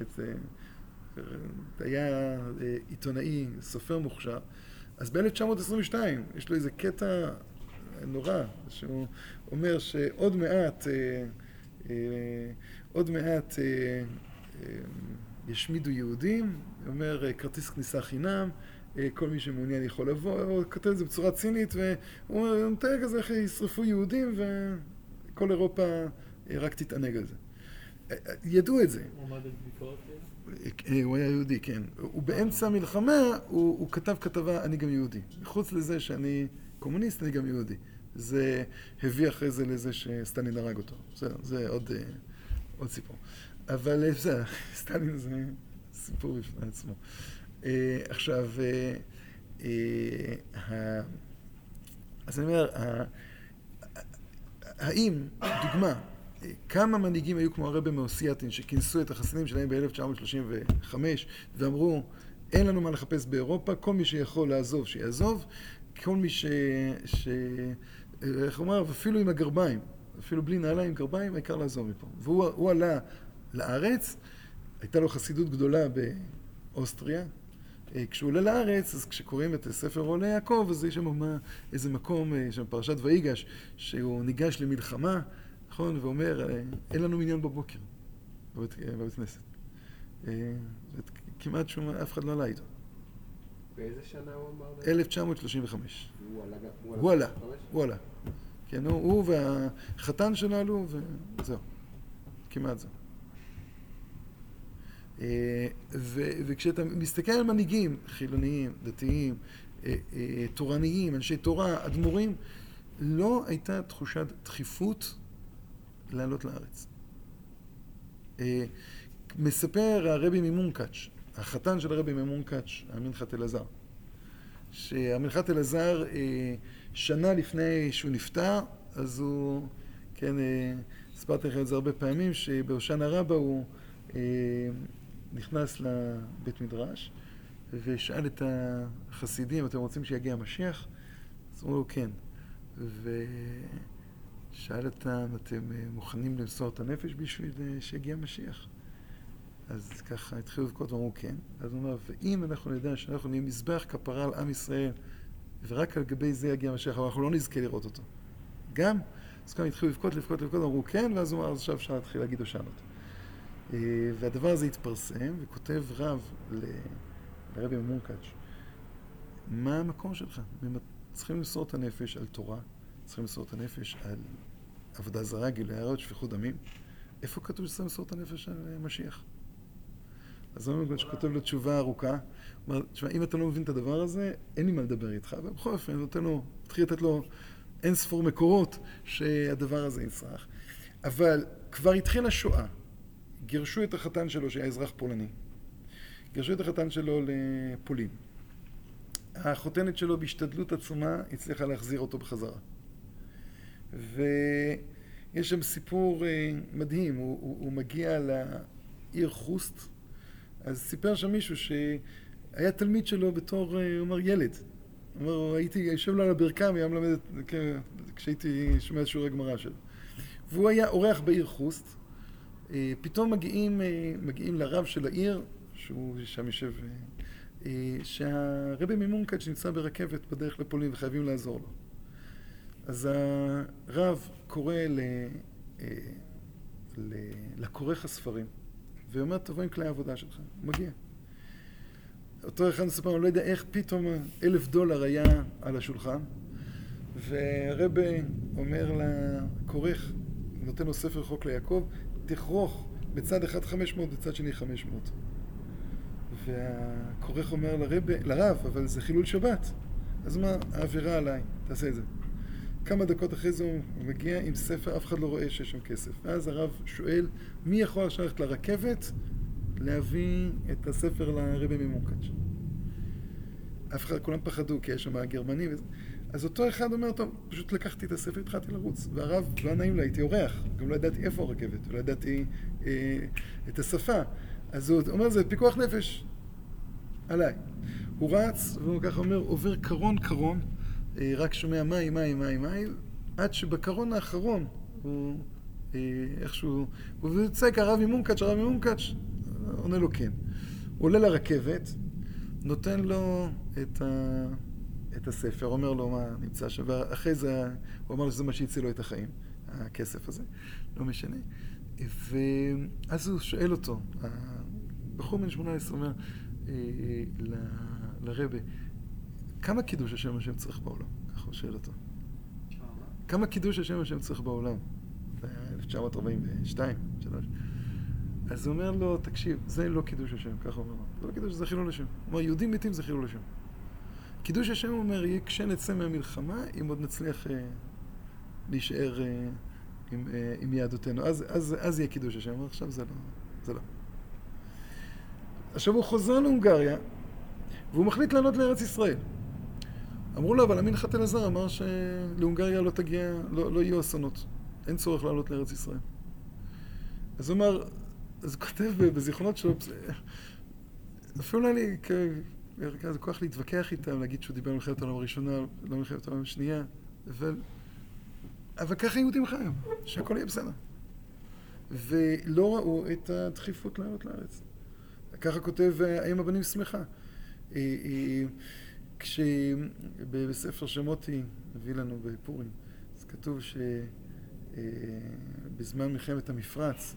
היה עיתונאי, סופר מוכשר. אז ב-אלף תשע מאות עשרים ושתיים יש לו איזה קטע נורא, שהוא אומר שעוד מעט עוד מעט ישמידו יהודים, אומר כרטיס כניסה חינם, כל מי שמעוניין יכול לבוא, הוא כותב את זה בצורה צינית, והוא אומר, נתאר כזה איך ישרפו יהודים, וכל אירופה רק תתענג על זה. ידעו את זה. הוא עמד על בדיקות? הוא היה יהודי, כן. הוא באמצע המלחמה, הוא, הוא כתב כתבה, אני גם יהודי. חוץ לזה שאני קומוניסט, אני גם יהודי. זה הביא אחרי זה לזה שסטלין הרג אותו. זה, זה עוד, עוד סיפור. אבל זה, סטלין זה סיפור בפני עצמו. עכשיו, אז אני אומר, האם, דוגמה, כמה מנהיגים היו כמו הרבי מאוסייטין שכינסו את החסידים שלהם ב-אלף תשע מאות שלושים וחמש ואמרו, אין לנו מה לחפש באירופה, כל מי שיכול לעזוב שיעזוב, כל מי ש... ש... איך אומר, אפילו עם הגרביים, אפילו בלי נעלה עם גרביים, העיקר לעזוב מפה. והוא עלה לארץ, הייתה לו חסידות גדולה באוסטריה, כשהוא עולה לארץ, אז כשקוראים את ספר עולי יעקב, אז יש שם איזה מקום, שם פרשת ויגש, שהוא ניגש למלחמה, נכון, ואומר, אין לנו מניין בבוקר, בבית, בבית כנסת. כמעט שום, אף אחד לא עלה איתו. באיזה שנה הוא אמר? אלף תשע מאות שלושים וחמש. הוא עלה? הוא עלה, הוא עלה. כן, הוא, הוא והחתן שלו עלו, וזהו. כמעט זהו. ו, וכשאתה מסתכל על מנהיגים, חילוניים, דתיים, תורניים, אנשי תורה, אדמו"רים, לא הייתה תחושת דחיפות לעלות לארץ. מספר הרבי ממונקאץ', החתן של הרבי ממונקאץ', המנחת אלעזר, שהמנחת אלעזר שנה לפני שהוא נפטר, אז הוא, כן, הסברתי לכם את זה הרבה פעמים, שבהושענא רבה הוא נכנס לבית מדרש ושאל את החסידים, אתם רוצים שיגיע המשיח? אז אמרו לו כן. ושאל אותם, אתם מוכנים למסור את הנפש בשביל שיגיע המשיח? אז ככה התחילו לבכות ואמרו כן. אז הוא אומר, ואם אנחנו נדע שאנחנו נהיה מזבח כפרה על עם ישראל ורק על גבי זה יגיע המשיח, אבל אנחנו לא נזכה לראות אותו. גם, אז כאן התחילו לבכות, לבכות, לבכות, אמרו כן, ואז הוא אמר, אז עכשיו אפשר להתחיל להגיד הושענות. והדבר הזה התפרסם, וכותב רב לרבי ממונקאץ', מה המקום שלך? צריכים למסור את הנפש על תורה, צריכים למסור את הנפש על עבודה זרה, גילוי עריות, שפיכות דמים. איפה כתוב שצריכים למסור את הנפש על משיח? אז רבי ממונקאץ' כותב לו תשובה ארוכה, הוא אומר, תשמע, אם אתה לא מבין את הדבר הזה, אין לי מה לדבר איתך, ובכל אופן, נותן לו, תתחיל לתת לו אין ספור מקורות שהדבר הזה יצרח. אבל כבר התחילה שואה. גירשו את החתן שלו, שהיה אזרח פולני. גירשו את החתן שלו לפולין. החותנת שלו בהשתדלות עצומה הצליחה להחזיר אותו בחזרה. ויש שם סיפור מדהים, הוא, הוא, הוא מגיע לעיר חוסט, אז סיפר שם מישהו שהיה תלמיד שלו בתור, הוא אומר, ילד. הוא אומר, הייתי יושב לו על הברכיים, היה מלמד, כשהייתי שומע שיעורי גמרא שלו. והוא היה אורח בעיר חוסט, פתאום מגיעים, מגיעים לרב של העיר, שהוא שם יושב, שהרבי ממונקאץ' נמצא ברכבת בדרך לפולין וחייבים לעזור לו. אז הרב קורא ל, ל, לכורך הספרים, ואומר, תבוא עם כלי העבודה שלך. הוא מגיע. אותו אחד מספר, אני לא יודע איך פתאום אלף דולר היה על השולחן, והרבי אומר לכורך, נותן לו ספר חוק ליעקב, תכרוך בצד אחד חמש מאות, בצד שני חמש מאות. והכורך אומר לרב, לרב, אבל זה חילול שבת. אז מה, העבירה עליי, תעשה את זה. כמה דקות אחרי זה הוא מגיע עם ספר, אף אחד לא רואה שיש שם כסף. ואז הרב שואל, מי יכול עכשיו ללכת לרכבת להביא את הספר לרבי ממונקאץ'? אף אחד, כולם פחדו, כי יש שם הגרמנים וזה. אז אותו אחד אומר, טוב, פשוט לקחתי את הספר, התחלתי לרוץ. והרב, לא נעים לה, הייתי אורח. גם לא ידעתי איפה הרכבת, ולא ידעתי אה, את השפה. אז הוא אומר, זה פיקוח נפש עליי. הוא רץ, והוא ככה אומר, עובר קרון קרון, אה, רק שומע מים, מים, מים, מים, עד שבקרון האחרון, הוא אה, איכשהו, הוא יוצק, הרב ממונקאץ', הרב ממונקאץ', עונה לו כן. הוא עולה לרכבת, נותן לו את ה... את הספר, אומר לו מה נמצא שם, ואחרי זה הוא אמר לו שזה מה שהציל לו את החיים, הכסף הזה, לא משנה. ואז הוא שואל אותו, הבחור בן שמונה עשרה אומר לרבי, כמה קידוש השם השם צריך בעולם? ככה הוא שואל אותו. כמה קידוש השם השם צריך בעולם? ב-אלף תשע מאות ארבעים ושתיים, שלוש. אז הוא אומר לו, תקשיב, זה לא קידוש השם, ככה הוא אומר. זה לא קידוש, זה חילול השם. הוא אומר, יהודים מתים זה חילול השם. קידוש השם אומר, יהיה כשנצא מהמלחמה, אם עוד נצליח אה, להישאר אה, עם, אה, עם יהדותנו. אז, אז, אז יהיה קידוש השם. אבל עכשיו זה לא, זה לא. עכשיו הוא חוזר להונגריה, והוא מחליט לעלות לארץ ישראל. אמרו לו, אבל המנחת אלעזר אמר שלהונגריה לא תגיע, לא, לא יהיו אסונות. אין צורך לעלות לארץ ישראל. אז הוא אמר, אז הוא כותב בזיכרונות שלו, אפילו לא לי כזה כוח להתווכח איתם, להגיד שהוא דיבר על מלחמת העולם הראשונה, לא מלחמת העולם השנייה, אבל, אבל ככה יהודים חיים, שהכל יהיה בסדר. ולא ראו את הדחיפות לעלות לארץ. ככה כותב האם הבנים שמחה. כשבספר שמותי הביא לנו בפורים, אז כתוב שבזמן מלחמת המפרץ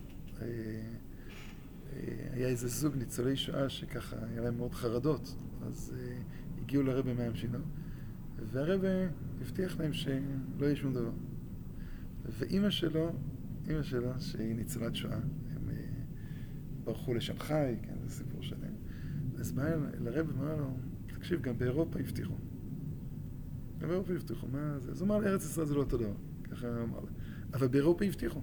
היה איזה זוג ניצולי שואה שככה היה להם מאוד חרדות, אז הגיעו לרבי מים שינו, והרבי הבטיח להם שלא יהיה שום דבר. ואימא שלו, אימא שלו, שהיא ניצולת שואה, הם ברחו לשנגחאי, כן, זה סיפור שלם. אז בא לרבי ואמר לו, תקשיב, גם באירופה הבטיחו. גם באירופה הבטיחו, מה זה? אז הוא אמר, ארץ ישראל זה לא אותו דבר, ככה הוא אמר לה. אבל באירופה הבטיחו.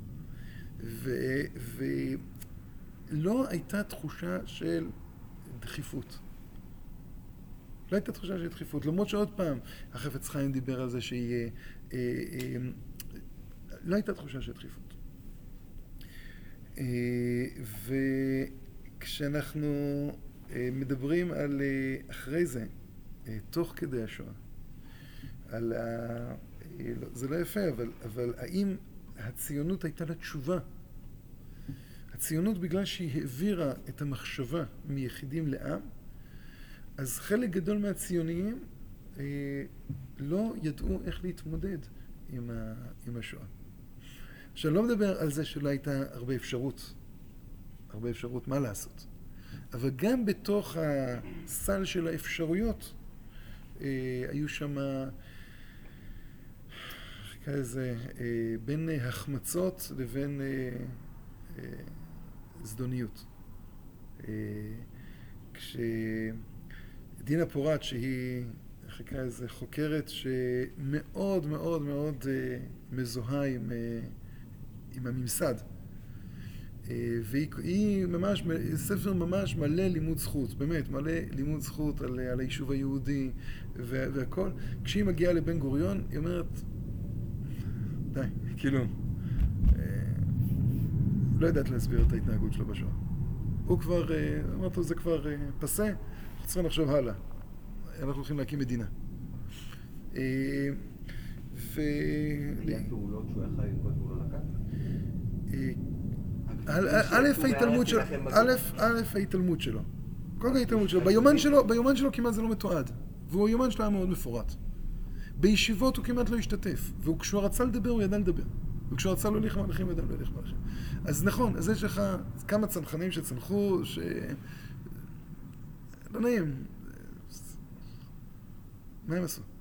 ולא הייתה תחושה של דחיפות. לא הייתה תחושה של דחיפות, למרות שעוד פעם, החפץ חיים דיבר על זה שיהיה... אה, אה, לא הייתה תחושה של דחיפות. אה, וכשאנחנו אה, מדברים על אה, אחרי זה, אה, תוך כדי השואה, על ה... אה, זה לא יפה, אבל, אבל האם הציונות הייתה לה תשובה? הציונות בגלל שהיא העבירה את המחשבה מיחידים לעם, אז חלק גדול מהציוניים אה, לא ידעו איך להתמודד עם, ה, עם השואה. עכשיו, לא מדבר על זה שלא הייתה הרבה אפשרות, הרבה אפשרות מה לעשות. אבל גם בתוך הסל של האפשרויות, אה, היו שם כאיזה, אה, בין החמצות לבין אה, אה, זדוניות. אה, כשדינה פורט, שהיא חיקה איזה חוקרת שמאוד מאוד מאוד אה, מזוהה עם, אה, עם הממסד. אה, והיא ממש, ספר ממש מלא לימוד זכות, באמת, מלא לימוד זכות על, על היישוב היהודי והכל. כשהיא מגיעה לבן גוריון, היא אומרת, די, כאילו, אה, לא יודעת להסביר את ההתנהגות שלו בשואה. הוא כבר, אה, אמרת לו, זה כבר אה, פסה, אנחנו צריכים לחשוב הלאה. אנחנו הולכים להקים מדינה. אה, ו... היה פעולות שהוא יכל לנקוט והוא לא נקט? א', ההתעלמות שלו, א', א', ההתעלמות שלו. כל כך ההתעלמות שלו. ביומן שלו, ביומן שלו כמעט זה לא מתועד. והוא יומן שלו היה מאוד מפורט. בישיבות הוא כמעט לא השתתף. וכשהוא רצה לדבר, הוא ידע לדבר. וכשהוא רצה להוליך מהלכים, הוא ידע להוליך מהלכים. אז נכון, אז יש לך כמה צנחנים שצנחו, ש... לא נעים. מה הם עשו?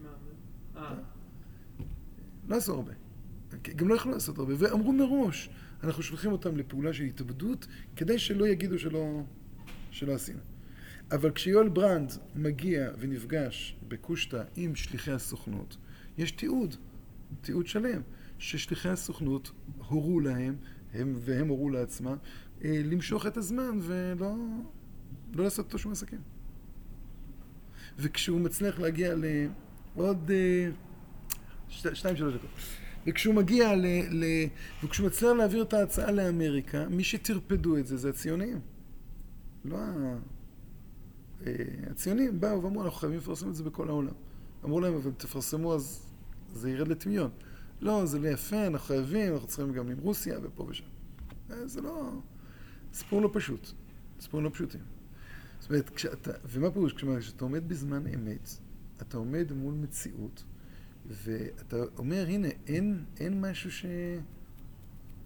לא עשו הרבה. גם לא יכלו לעשות הרבה. ואמרו מראש, אנחנו שולחים אותם לפעולה של התאבדות, כדי שלא יגידו שלא, שלא עשינו. אבל כשיואל ברנד מגיע ונפגש בקושטא עם שליחי הסוכנות, יש תיעוד, תיעוד שלם, ששליחי הסוכנות הורו להם, הם, והם הורו לעצמם, למשוך את הזמן ולא לא לעשות אותו שום עסקים. וכשהוא מצליח להגיע לעוד שת, שתיים, שלוש דקות. וכשהוא מגיע ל... ל... וכשהוא מצליח להעביר את ההצעה לאמריקה, מי שתרפדו את זה, זה הציונים. לא ה... הציונים באו ואמרו, אנחנו חייבים לפרסם את זה בכל העולם. אמרו להם, אבל תפרסמו אז זה ירד לטמיון. לא, זה לא יפה, אנחנו חייבים, אנחנו צריכים גם עם רוסיה ופה ושם. זה לא... סיפור לא פשוט. סיפור לא פשוטים. זאת אומרת, כשאתה... ומה פירוש? כשאתה עומד בזמן אמת, אתה עומד מול מציאות, ואתה אומר, הנה, אין, אין משהו ש...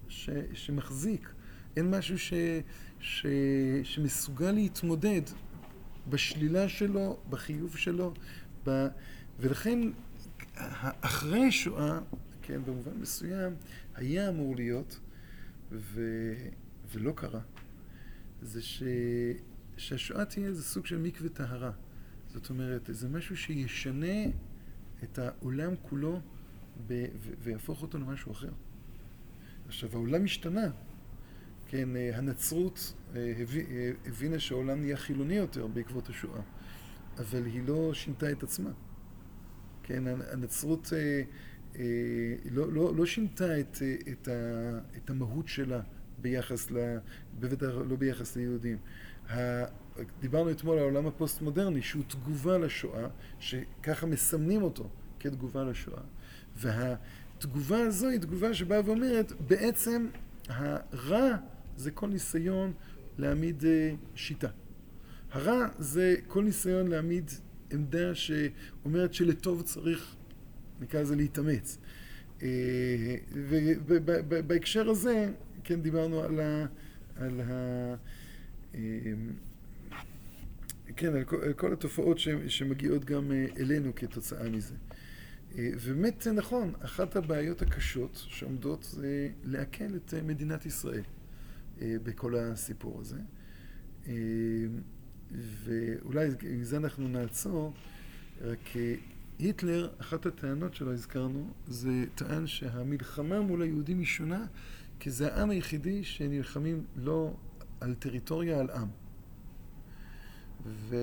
ש, שמחזיק, אין משהו ש, ש, שמסוגל להתמודד בשלילה שלו, בחיוב שלו, ב, ולכן אחרי השואה, כן, במובן מסוים, היה אמור להיות, ו, ולא קרה, זה ש, שהשואה תהיה איזה סוג של מקווה טהרה. זאת אומרת, זה משהו שישנה את העולם כולו ב, ו, ויהפוך אותו למשהו אחר. עכשיו, העולם השתנה. כן, הנצרות הבינה שהעולם נהיה חילוני יותר בעקבות השואה, אבל היא לא שינתה את עצמה. כן, הנצרות לא, לא, לא שינתה את, את, ה, את המהות שלה ביחס ל, בוודאי לא ביחס ליהודים. דיברנו אתמול על העולם הפוסט-מודרני, שהוא תגובה לשואה, שככה מסמנים אותו כתגובה לשואה. והתגובה הזו היא תגובה שבאה ואומרת, בעצם הרע זה כל ניסיון להעמיד שיטה. הרע זה כל ניסיון להעמיד עמדה שאומרת שלטוב צריך, נקרא לזה, להתאמץ. ובהקשר הזה, כן, דיברנו על ה... על ה כן, על כל, על כל התופעות שמגיעות גם אלינו כתוצאה מזה. ובאמת נכון, אחת הבעיות הקשות שעומדות זה לעכל את מדינת ישראל בכל הסיפור הזה. ואולי עם זה אנחנו נעצור, רק היטלר, אחת הטענות שלו הזכרנו, זה טען שהמלחמה מול היהודים היא שונה, כי זה העם היחידי שנלחמים לא על טריטוריה, על עם. ו...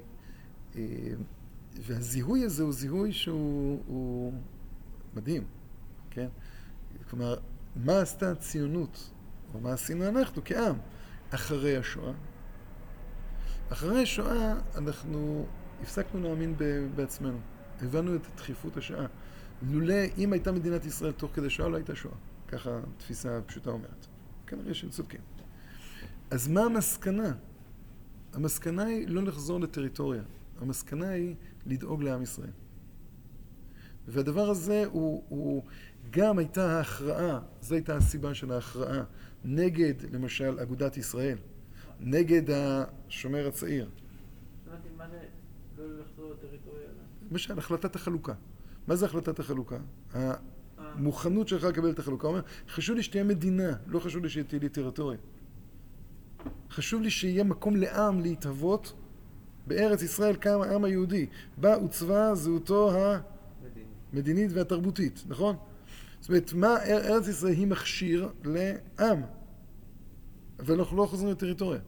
והזיהוי הזה הוא זיהוי שהוא הוא מדהים, כן? כלומר, מה עשתה הציונות, או מה עשינו אנחנו כעם, אחרי השואה? אחרי השואה אנחנו הפסקנו להאמין בעצמנו. הבנו את דחיפות השעה. לולא, אם הייתה מדינת ישראל תוך כדי שואה, לא הייתה שואה. ככה תפיסה פשוטה אומרת. כנראה שהם צודקים. אז מה המסקנה? המסקנה היא לא לחזור לטריטוריה. המסקנה היא לדאוג לעם ישראל. והדבר הזה הוא, הוא גם הייתה ההכרעה, זו הייתה הסיבה של ההכרעה, נגד, למשל, אגודת ישראל, נגד השומר הצעיר. שמעתי, מה זה לא לחזור לטריטוריה? למשל, החלטת החלוקה. מה זה החלטת החלוקה? המוכנות שלך לקבל את החלוקה. אומר, חשוב לי שתהיה מדינה, לא חשוב לי שתהיה לי טריטוריה. חשוב לי שיהיה מקום לעם להתהוות בארץ ישראל קם העם היהודי. בה עוצבה זהותו המדינית והתרבותית, נכון? זאת אומרת, מה ארץ ישראל היא מכשיר לעם, אבל אנחנו לא חוזרים לטריטוריה.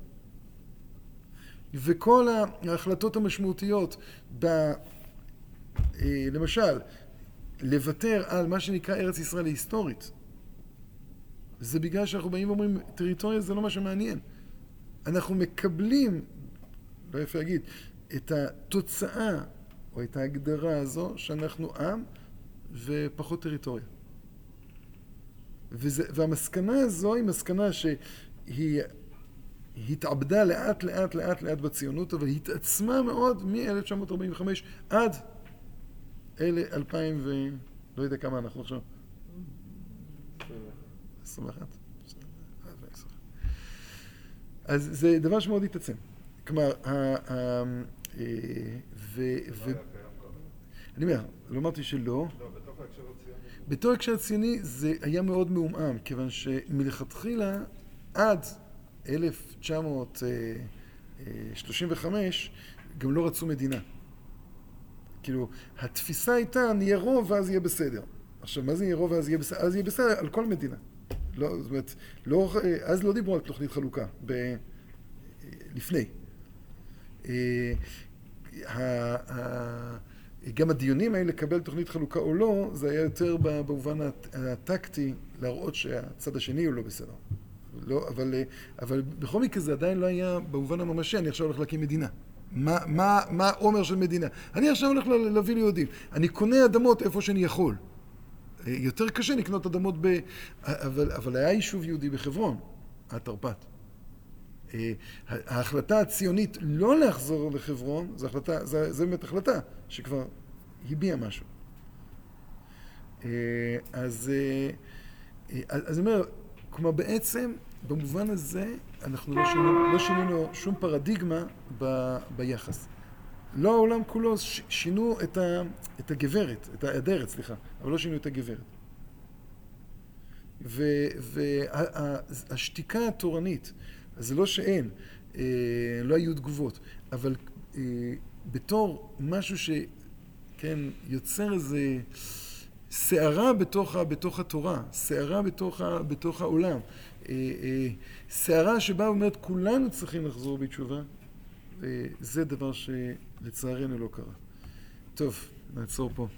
וכל ההחלטות המשמעותיות, ב, למשל, לוותר על מה שנקרא ארץ ישראל ההיסטורית, זה בגלל שאנחנו באים ואומרים, טריטוריה זה לא מה שמעניין. אנחנו מקבלים, לא יפה להגיד, את התוצאה או את ההגדרה הזו שאנחנו עם ופחות טריטוריה. וזה, והמסקנה הזו היא מסקנה שהיא התעבדה לאט לאט לאט לאט בציונות, אבל התעצמה מאוד מ-אלף תשע מאות ארבעים וחמש עד אלפיים ו... לא יודע כמה אנחנו עכשיו. עשרים ואחת. אז זה דבר שמאוד התעצם. כלומר, אני אומר, לא אמרתי שלא. לא, בתוך ההקשר הציוני. בתוך ההקשר הציוני זה היה מאוד מעומעם, כיוון שמלכתחילה עד אלף תשע מאות שלושים וחמש גם לא רצו מדינה. כאילו, התפיסה הייתה, נהיה רוב ואז יהיה בסדר. עכשיו, מה זה יהיה רוב ואז יהיה בסדר? אז יהיה בסדר על כל מדינה. לא, זאת אומרת, לא, אז לא דיברו על תוכנית חלוקה, ב, לפני. גם הדיונים האלה לקבל תוכנית חלוקה או לא, זה היה יותר במובן הטקטי, להראות שהצד השני הוא לא בסדר. לא, אבל, אבל בכל מקרה זה עדיין לא היה במובן הממשי, אני עכשיו הולך להקים מדינה. מה, מה, מה אומר של מדינה? אני עכשיו הולך להביא ליהודים. אני קונה אדמות איפה שאני יכול. יותר קשה לקנות אדמות ב... אבל, אבל היה יישוב יהודי בחברון, התרפ"ט. ההחלטה הציונית לא לחזור לחברון, זו החלטה, זו, זו באמת החלטה שכבר הביעה משהו. אז, אז אני אומר, כלומר, בעצם, במובן הזה, אנחנו לא שינינו, לא שינינו שום פרדיגמה ב, ביחס. לא העולם כולו, ש, שינו את, ה, את הגברת, את האדרת, סליחה, אבל לא שינו את הגברת. והשתיקה התורנית, אז זה לא שאין, אה, לא היו תגובות, אבל אה, בתור משהו ש, כן, יוצר איזה שערה בתוך, בתוך התורה, שערה בתוך, בתוך העולם, אה, אה, שערה שבה אומרת כולנו צריכים לחזור בתשובה, אה, זה דבר שלצערנו לא קרה. טוב, נעצור פה.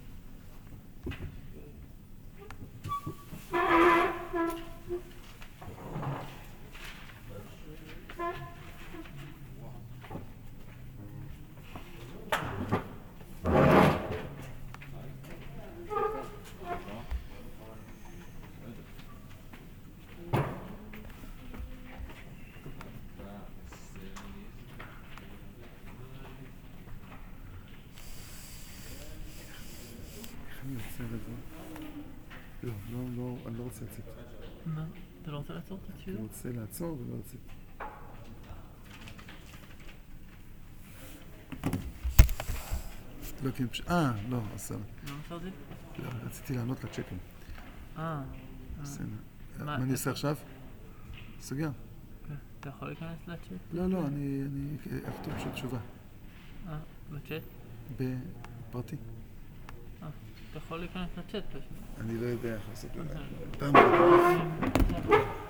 לא, לא, לא, אני לא רוצה לצאת. מה? אתה לא רוצה לעצור את השידור? אני רוצה לעצור ולא לצאת. לא, כי... אה, לא, עשה. לא עצרתי? לא, רציתי לענות לצ'קים. אה. בסדר. מה אני עושה עכשיו? סוגר. אתה יכול להיכנס לצ'אט? לא, לא, אני אכתוב פשוט תשובה. אה, בצ'אט? בפרטי. אה, אתה יכול להיכנס לצ'אט פשוט. אני לא יודע איך לעשות את זה.